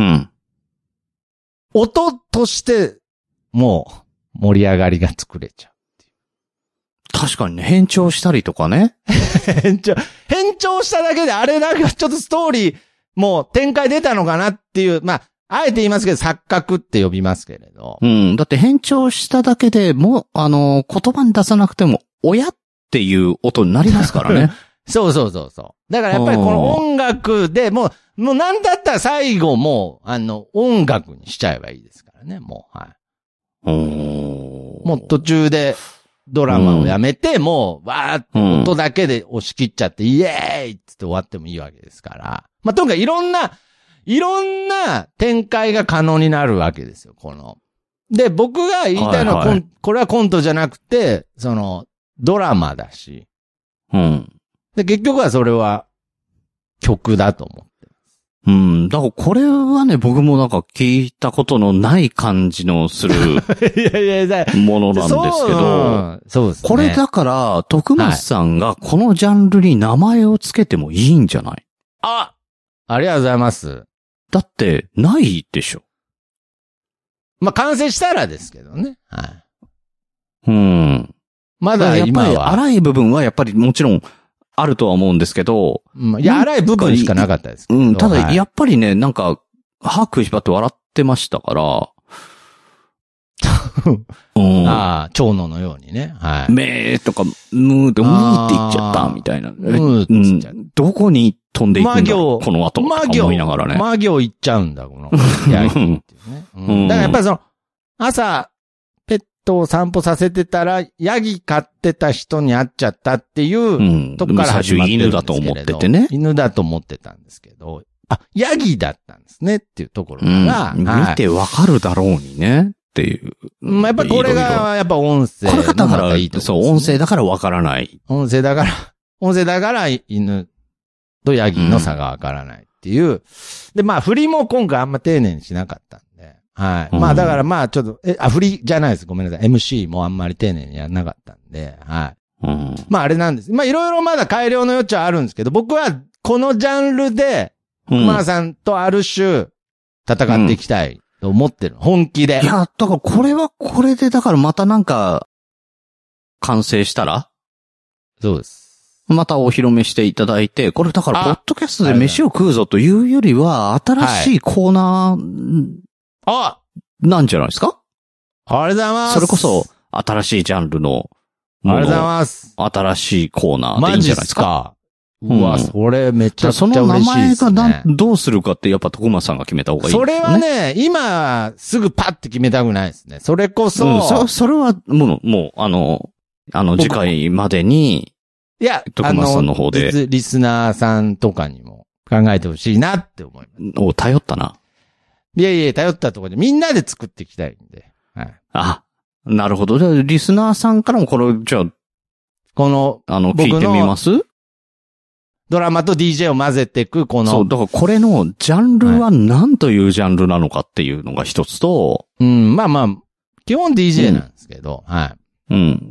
音としてもう盛り上がりが作れちゃう。 確かにね、変調したりとかね。 変調しただけであれなんかちょっとストーリーもう展開出たのかなっていう、まあ、あえて言いますけど錯覚って呼びますけれど。 だって変調しただけでもう、言葉に出さなくても、親っっていう音になりますからね。 そう。だからやっぱりこの音楽でもうなんだったら最後も音楽にしちゃえばいいですからね、もう。はい。もう途中でドラマをやめて、もう、わーって音だけで押し切っちゃって、イエーイって終わってもいいわけですから。まあ、とにかくいろんな展開が可能になるわけですよ、で、僕が言いたいのは、これはコントじゃなくて、ドラマだし。で、結局はそれは曲だと思って。 だからこれはね、僕もなんか聞いたことのない感じのするものなんですけど、 そうですね。 これだから、徳松さんがこのジャンルに名前をつけてもいいんじゃない？ ありがとうございます。 だって、ないでしょ。 まあ、完成したらですけどね。はい。まだやっぱり荒い部分はやっぱりもちろんあるとは思うんですけど。 いや、荒い部分しかなかったですけど。 ただやっぱりね、なんか、歯食いしばって笑ってましたから。 蝶野のようにね。はい。 めーとか、むーって言っちゃったみたいな。どこに飛んでいくんだろうこの後とか思いながらね。 魔行行っちゃうんだ、この。ヤギっていうね。だからやっぱり朝、ペットを散歩させてたら、ヤギ飼ってた人に会っちゃったっていうとこから始まってるんですけれど。 犬だと思っててね。 犬だと思ってたんですけど、ヤギだったんですねっていうところが。 見てわかるだろうにね。っていう。 やっぱこれが、やっぱ音声。 これがだからいいと。そう、音声だからわからない。 音声だから犬とヤギの差がわからないっていう。で、まあ、振りも今回あんま丁寧にしなかったんで。はい。まあ、だからまあ、ちょっと、振りじゃないです。ごめんなさい。MC もあんまり丁寧にやらなかったんで。はい。まあ、あれなんです。まあ、いろいろまだ改良の余地はあるんですけど、僕はこのジャンルで、熊田さんとある種、戦っていきたい。と思ってる。本気で。 いや、だからこれはこれで、だからまたなんか、完成したらそうです。 またお披露目していただいて、これだから、ポッドキャストで飯を食うぞというよりは、新しいコーナー、なんじゃないですか？ ありがとうございます。 それこそ、新しいジャンルの、 ありがとうございます。 新しいコーナーでいいんじゃないですか？ うわ、それめちゃくちゃ嬉しいですね。その名前がどうするかってやっぱ徳松さんが決めた方がいいですね。 それはね、今すぐパッて決めたくないですね。それこそ。 それはもう、次回までに、 いや、 徳松さんの方で。 リスナーさんとかにも考えてほしいなって思います。 頼ったな。 いや、頼ったところでみんなで作っていきたいんで。はい。 なるほど。じゃあ、リスナーさんからもこれ、じゃあ、聞いてみます？ ドラマと DJ を混ぜていく、 そう、だからこれのジャンルは何というジャンルなのかっていうのが一つと、 まあまあ、基本 DJ なんですけど、はい。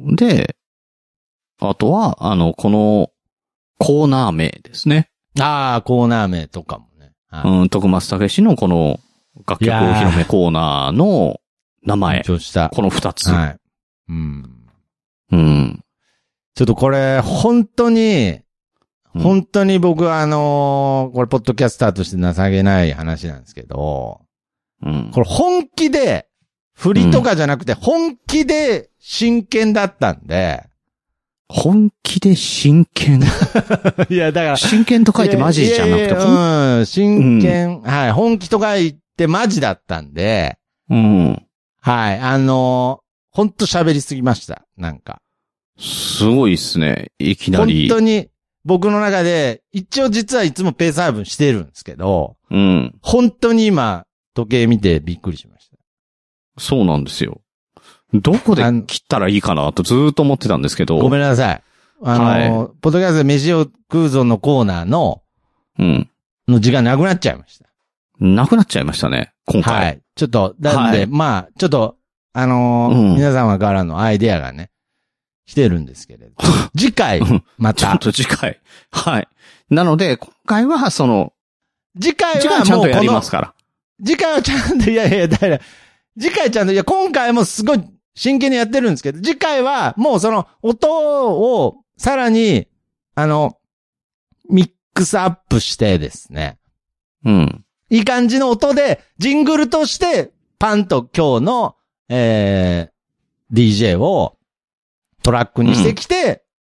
で、あとは、このコーナー名ですね。 コーナー名とかもね。 徳松武史のこの楽曲お披露目コーナーの名前。この二つ。 はい。ちょっとこれ、本当に僕はこれ、ポッドキャスターとして情けない話なんですけど、これ本気で、振りとかじゃなくて、本気で真剣だったんで。 本気で真剣いや、だから。 真剣と書いてマジじゃなくて、 真剣、はい、本気と書いてマジだったんで、はい、ほんと喋りすぎました、なんか。 すごいっすね、いきなり。 本当に、僕の中で、一応実はいつもペース配分してるんですけど、本当に今、時計見てびっくりしました。 そうなんですよ。どこで切ったらいいかなとずーっと思ってたんですけど。 ごめんなさい。ポッドキャストで飯を食うぞのコーナーの、の時間なくなっちゃいました。 なくなっちゃいましたね、今回。はい。 ちょっと、なんで、まあ、ちょっと、皆様からのアイデアがね、来てるんですけれど。次回、また。 ちょっと次回。はい。なので、今回は次回はちゃんとやりますから。 次回はちゃんと、だから、次回ちゃんと、今回もすごい真剣にやってるんですけど、次回はもう音をさらに、ミックスアップしてですね。いい感じの音で、ジングルとして、パンと今日の、DJ をトラックにしてきて、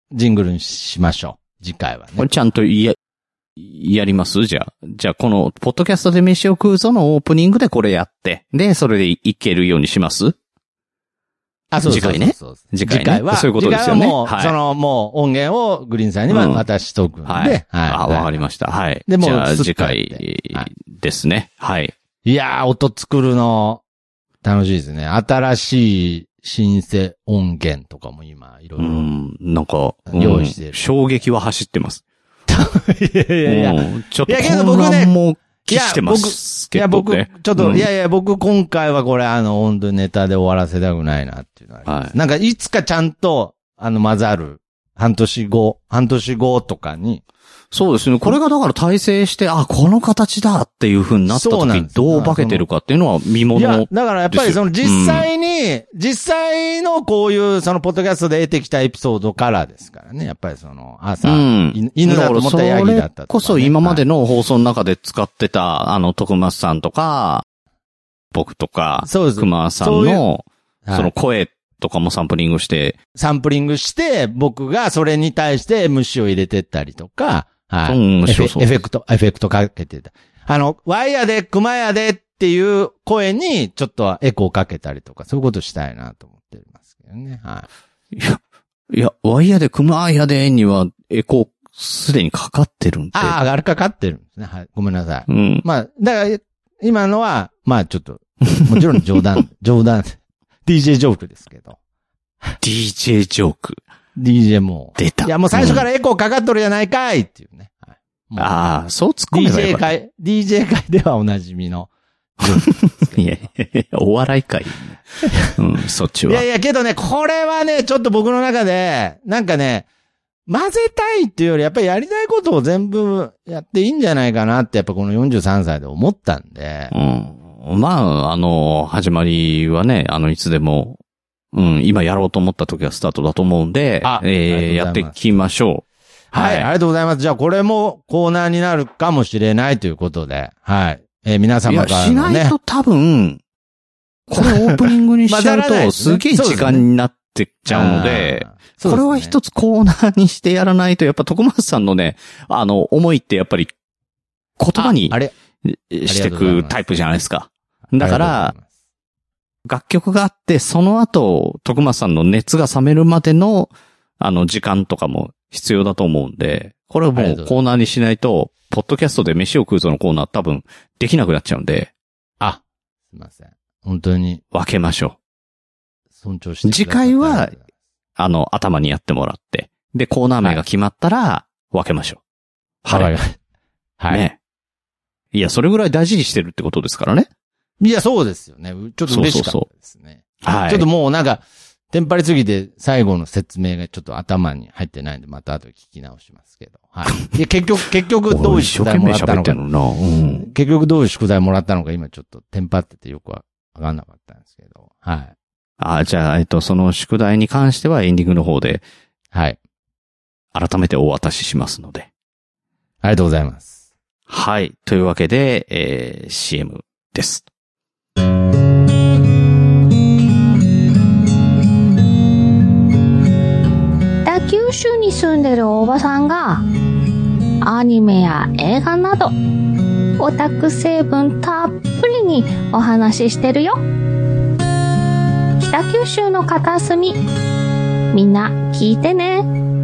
ジングルにしましょう。次回はね。 これちゃんとやりますじゃあこの、ポッドキャストで飯を食うぞのオープニングでこれやって、で、それでいけるようにします？ あ、そうそうそうそう。 次回ね。次回は、そういうことですよね。 もう、もう音源をグリーンさんには渡しとくんで。はい。 わかりました。はい。 で、もう、 じゃあ次回ですね。はい。 いやー、音作るの、楽しいですね。新しい、シンセ音源とかも今、いろいろ。 なんか、 用意してる。 衝撃は走ってます。 いや、 ちょっと混乱も期してますけどね。 僕、ちょっと、僕今回はこれ本当にネタで終わらせたくないなっていうのはあります。はい、なんかいつかちゃんと、混ざる。半年後とかに。 そうですね。これがだから体制して、この形だっていう風になった時にどう化けてるかっていうのは見物ですよ。いや、 だからやっぱり実際のこういうポッドキャストで得てきたエピソードからですからね。やっぱり朝、犬だと思ったらヤギだったとか、ね。 こそ今までの放送の中で使ってた、徳松さんとか、僕とか、熊さんの、その声とかもサンプリングして、 僕がそれに対して虫を入れてったりとか、はい。エフェクトかけてた。ワイヤで、クマヤでっていう声にちょっとエコーかけたりとか、そういうことしたいなと思ってますけどね。はい。 いや、ワイヤで、クマヤでにはエコーすでにかかってるんで。 あれかかってるんですね。はい。ごめんなさい。まあ、だから、今のは、まあちょっと、もちろん冗談、DJ ジョークですけど。 DJ ジョーク。 DJ も。 出た。 いや、もう最初からエコーかかっとるやないかいっていうね。 そう突っ込めばよかった。 DJ 界ではおなじみの。 いや、お笑い界。そっちは。 いや、けどね、これはね、ちょっと僕の中で、なんかね、混ぜたいっていうより、やっぱりやりたいことを全部やっていいんじゃないかなって、やっぱこの43歳で思ったんで。 まあ、始まりはね、いつでも、今やろうと思った時はスタートだと思うんで、やっていきましょう。 はい、ありがとうございます。じゃあこれもコーナーになるかもしれないということで、はい。皆様からのね。 いや、しないと多分、これオープニングにしちゃうと、すげえ時間になってっちゃうので、これは一つコーナーにしてやらないと、やっぱ徳松さんのね、思いってやっぱり言葉にしてくタイプじゃないですか。だから、楽曲があって、その後、徳松さんの熱が冷めるまでの、時間とかも必要だと思うんで、これをもうコーナーにしないと、ポッドキャストで飯を食うぞのコーナー多分できなくなっちゃうんで。 すいません。本当に。 分けましょう。尊重してください。 次回は、頭にやってもらって、で、コーナー名が決まったら、分けましょう。 はい。 はい。ね。いや、それぐらい大事にしてるってことですからね。 いや、そうですよね。ちょっと嬉しかったですね。はい。ちょっともうなんか、テンパりすぎて最後の説明がちょっと頭に入ってないんで、また後で聞き直しますけど。はい。いや、結局どういう宿題もらったのか。結局どういう宿題もらったのか、今ちょっとテンパっててよくわかんなかったんですけど。はい。 じゃあ、その宿題に関してはエンディングの方で、 はい。 改めてお渡ししますので。 ありがとうございます。 はい。というわけで、CM です。 九州に住んでるおばさんがアニメや映画などオタク成分たっぷりにお話ししてるよ。北九州の片隅、みんな聞いてね。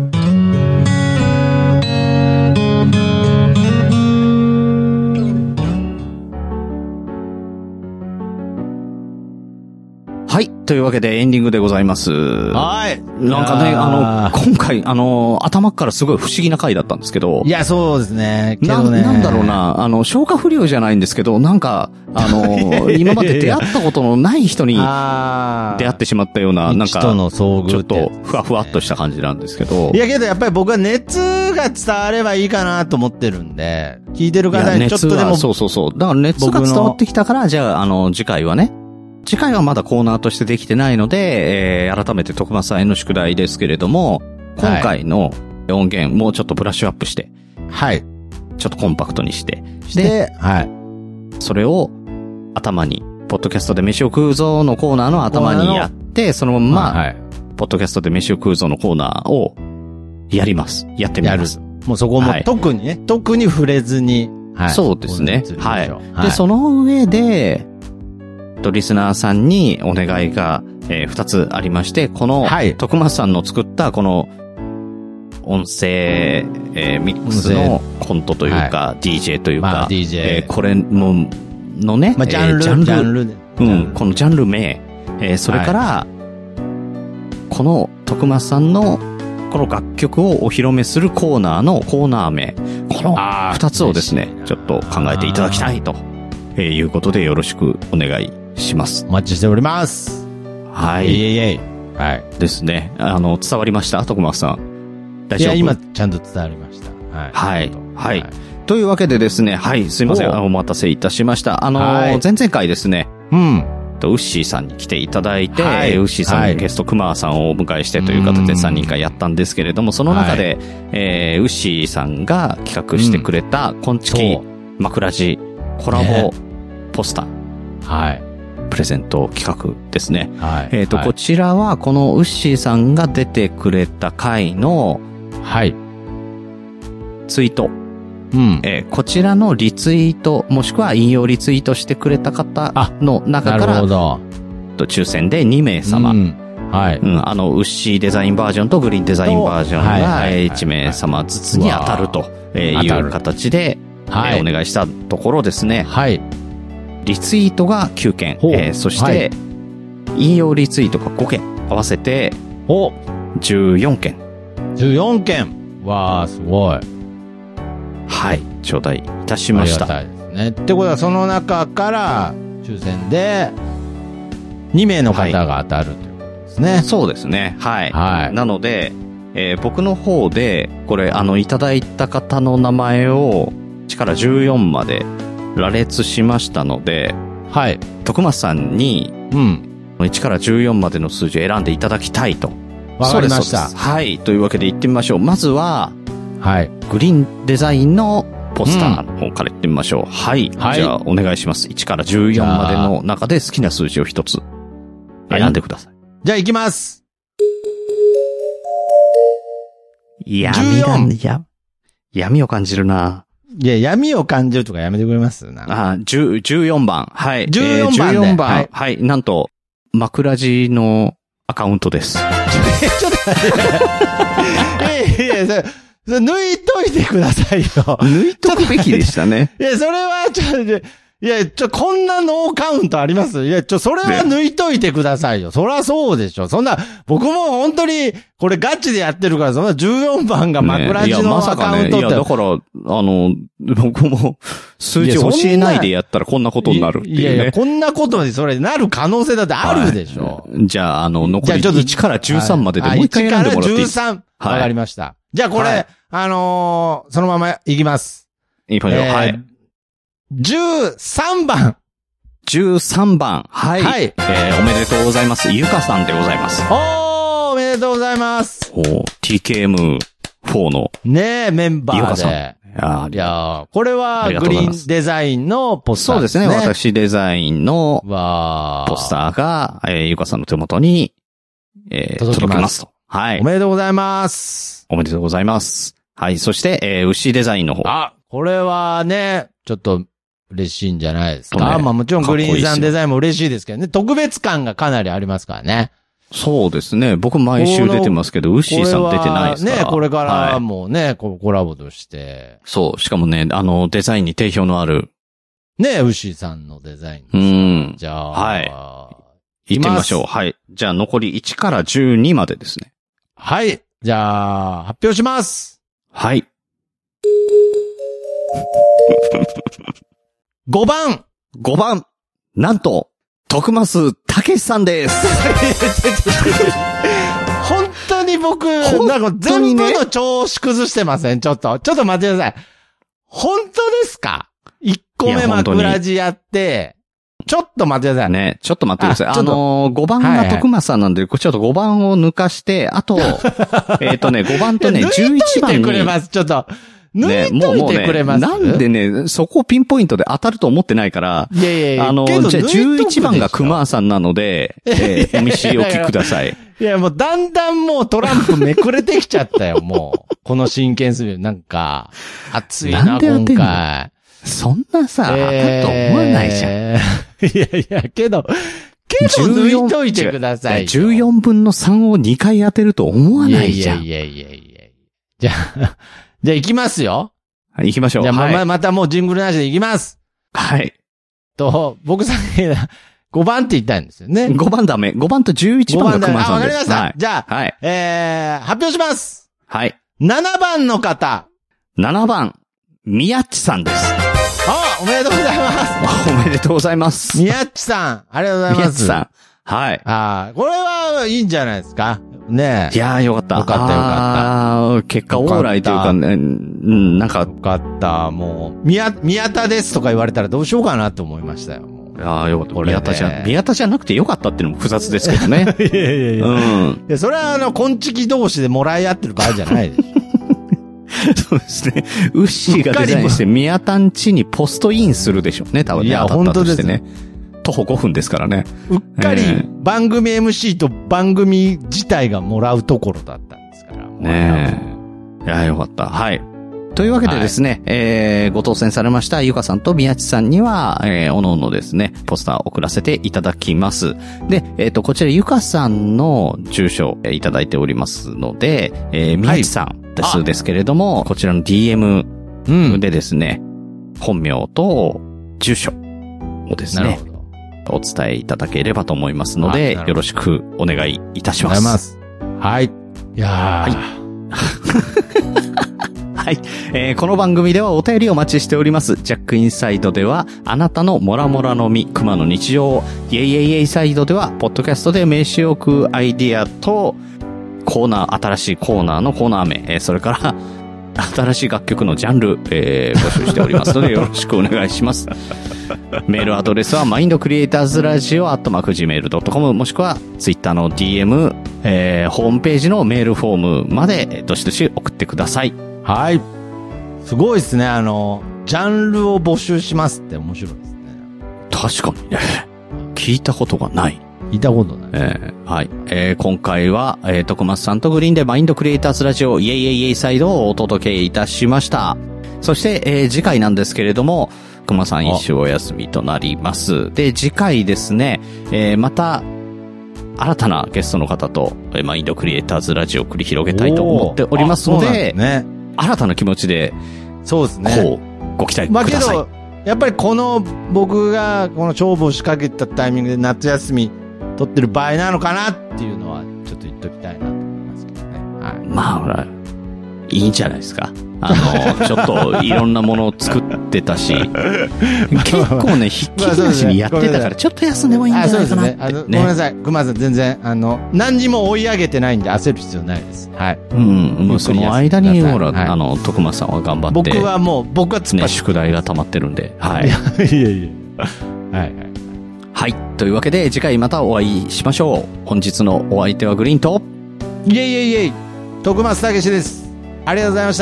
はい。というわけでエンディングでございます。 はい。 なんかね、今回、頭からすごい不思議な回だったんですけど。 いや、そうですね。けどね。 なんだろうな、消化不良じゃないんですけど、なんか、今まで出会ったことのない人に出会ってしまったような、なんか、ちょっとふわふわっとした感じなんですけど。 いや、けどやっぱり僕は熱が伝わればいいかなと思ってるんで、聞いてる方にちょっとでも。 そう。だから熱が伝わってきたから、じゃあ、次回はね、次回はまだコーナーとしてできてないので、改めて徳松さんへの宿題ですけれども、今回の音源もうちょっとブラッシュアップして、 はい。 ちょっとコンパクトにして、 で、はい。 それを頭に、ポッドキャストで飯を食うぞのコーナーの頭にやって、そのまま、はい、ポッドキャストで飯を食うぞのコーナーをやります。やってみます。 もうそこも特にね、特に触れずに。 はい。そうですね。はい。で、その上で、リスナーさんにお願いが、2つありまして、この、徳松さんの作ったこの、音声、ミックスのコントというか、DJ というか、 DJ。 これのね、 ジャンル。 うん、このジャンル名、それから、この徳松さんのこの楽曲をお披露目するコーナーのコーナー名、この2つをですね、ちょっと考えていただきたいということでよろしくお願いします。 お待ちしております。 はい。はい。ですね。伝わりました徳松さん。大丈夫？ いや、今ちゃんと伝わりました。 はい。はい。というわけでですね、はい、すいません。お待たせいたしました。前々回ですね。ウッシーさんに来ていただいて、ウッシーさんにゲスト熊さんをお迎えしてという形で3人会やったんですけれども、その中で、ウッシーさんが企画してくれた、こんちき枕地コラボポスター。プレゼント企画ですね。こちらは、このウッシーさんが出てくれた回の、ツイート。こちらのリツイート、もしくは引用リツイートしてくれた方の中から、抽選で2名様。ウッシーデザインバージョンとグリーンデザインバージョンが1名様ずつに当たるという形で、お願いしたところですね。リツイートが9件、そして、引用リツイートが5件、合わせて、14件。 14件。わー、すごい。 はい、頂戴いたしました。 ありがたいですね。ってことは、その中から、抽選で、2名の方が当たるということですね。 そうですね。はい。なので、僕の方で、これ、いただいた方の名前を、1から14まで羅列しましたので、徳松さんに、1から14までの数字を選んでいただきたいと。 わかりました。 はい。というわけで行ってみましょう。まずは、グリーンデザインのポスターの方から行ってみましょう。じゃあ、お願いします。1から14までの中で好きな数字を1つ選んでください。 じゃあ行きます。 闇を感じるな。 いや、闇を感じるとかやめてくれます 14番。はい。 14番。 14番。はい。なんと、枕地のアカウントです。 ちょっと待って。いや、それ抜いといてくださいよ。 抜いとくべきでしたね。 いや、それはこんなノーカウントあります？いや、それは抜いといてくださいよ。そりゃそうでしょ。そんな、僕も本当に、これガチでやってるから、そんな14番が枕地のアカウントって。 いや、だから、僕も、数字教えないでやったらこんなことになるっていうね。 いや、こんなことにそれなる可能性だってあるでしょ。 じゃあ、残り1から13まででもう一回選んでもらっていいですか？ 1から13。わかりました。じゃあこれ、そのままいきます。 いきましょう。はい。 13番。 13番。はい。おめでとうございます。ゆかさんでございます。 おめでとうございます。 TKM4 の。 ねえ、メンバーで。ゆかさん。いやこれはグリーンデザインのポスターですね。 そうですね。私デザインのポスターが、ゆかさんの手元に、届きますと。はい。 おめでとうございます。 おめでとうございます。はい。そして、牛デザインの方。 これはね、ちょっと嬉しいんじゃないですか。まあもちろんグリーンさんデザインも嬉しいですけどね。特別感がかなりありますからね。 そうですね。僕毎週出てますけど、ウッシーさん出てないですから。 ね、これからもね、コラボとして。 そう。しかもね、デザインに定評のある。 ね、ウッシーさんのデザイン。じゃあ。 はい。行ってみましょう。はい。じゃあ残り1から12までですね。 はい。じゃあ、発表します。 はい。 5番。 5番。なんと、徳増たけしさんです。 本当に僕、なんか全部の調子崩してません？ちょっと待ってください。本当ですか？ 1 個目枕地やって、ちょっと待ってくださいね。ちょっと待ってください。5番が徳増さんなんで、ちょっと5番を抜かして、あと、5番とね、11番に。抜いといてくれます、ちょっと。抜いといてくれます、 なんでね、そこをピンポイントで当たると思ってないから、 いやじゃあ11番が熊さんなので、お見知りおきください。 いや、もうだんだんもうトランプめくれてきちゃったよ、もう。この真剣すぎる。なんか、熱いな、今回。 そんなさ、当たると思わないじゃん。 いやいや、けど抜いといてください。 14分の3を2回当てると思わないじゃん。 いや。じゃあ行きますよ。 はい、行きましょう。 じゃあ、またもうジングルなしで行きます。 はい。 僕さっき5番って言ったんですよね。 5番ダメ。5番と11番が熊さんです。 わかりました。はい、じゃあ、 はい。 発表します。 はい。 7番の方。 7番、宮地さんです。 おめでとうございます。 おめでとうございます。 宮地さん、ありがとうございます。 宮地さん。はい。 これはいいんじゃないですかねえ。いやーよかった。 よかった。 結果オーライというかね、なんか。 よかった。もう、宮田ですとか言われたらどうしようかなと思いましたよ。 いやーよかった。宮田じゃなくてよかったっていうのも複雑ですけどね。 いや。うん。いや、それは昆虫同士でもらい合ってる場合じゃないでしょ。 そうですね。ウッシーがデザインして宮田ん家にポストインするでしょうね、多分ね。 いや、本当ですね。 徒歩5分ですからね。 うっかり番組 MC と番組自体がもらうところだったんですから。 ねえ。いや、よかった。はい。というわけでですね、ご当選されましたゆかさんと宮地さんには、おのおのですね、ポスターを送らせていただきます。で、こちらゆかさんの住所いただいておりますので、宮地さんですけれども、こちらの DM でですね、本名と住所をですね、お伝えいただければと思いますので、よろしくお願いいたします。 ありがとうございます。はい。いやー。 はい。この番組ではお便りをお待ちしております。ジャックインサイドでは、あなたのモラモラの実、熊の日常を、イェイイェイイェイサイドでは、ポッドキャストで名刺を置くアイディアと、新しいコーナーのコーナー名、それから、新しい楽曲のジャンル、募集しておりますので、よろしくお願いします。メールアドレスは、mindcreatorsradio@gmail.com もしくは、ツイッターの DM、ホームページのメールフォームまで、どしどし送ってください。 はい。すごいですね。ジャンルを募集しますって面白いですね。 確かにね。聞いたことがない。 聞いたことない。 はい。今回は、徳松さんとグリーンでマインドクリエイターズラジオ、イェイイェイイェイサイドをお届けいたしました。そして、次回なんですけれども、熊さん一週お休みとなります。で、次回ですね、また、新たなゲストの方と、マインドクリエイターズラジオを繰り広げたいと思っておりますので、新たな気持ちで、 そうですね。 こう、ご期待ください。 けど、やっぱり僕がこの勝負を仕掛けたタイミングで夏休み取ってる場合なのかなっていうのは、ちょっと言っときたいなと思いますけどね。はい。 まあ、ほら、いいんじゃないですか。ちょっといろんなものを作ってたし、結構ね、ひっきりなしにやってたから、ちょっと休んでもいいんじゃないかなって。 ごめんなさい。熊さん全然、何にも追い上げてないんで焦る必要ないです。はい。 もうその間に、ほら、徳松さんは頑張って。 僕は突っ張って。 宿題が溜まってるんで。はい。 いや。はい。 はい。というわけで、次回またお会いしましょう。本日のお相手はグリーンと、 イェイイェイイェイ、徳松武史です。ありがとうございました。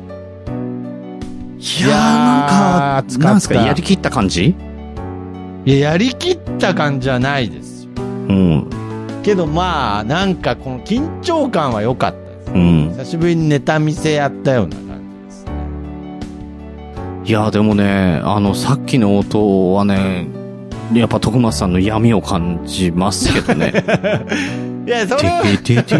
いやー、なんすか、やりきった感じ？ いや、やりきった感じはないですよ。けどまあ、なんかこの緊張感は良かったです。久しぶりにネタ見せやったような感じですね。 いや、でもね、さっきの音はね、やっぱ徳松さんの闇を感じますけどね。 いや、それは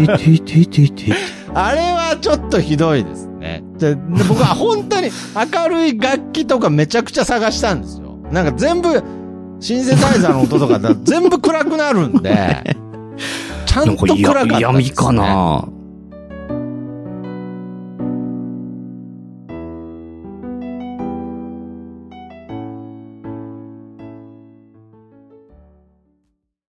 あれはちょっとひどいですね。僕は本当に明るい楽器とかめちゃくちゃ探したんですよ。なんか全部、シンセサイザーの音とか全部暗くなるんで、ちゃんと暗かったですね。 闇かな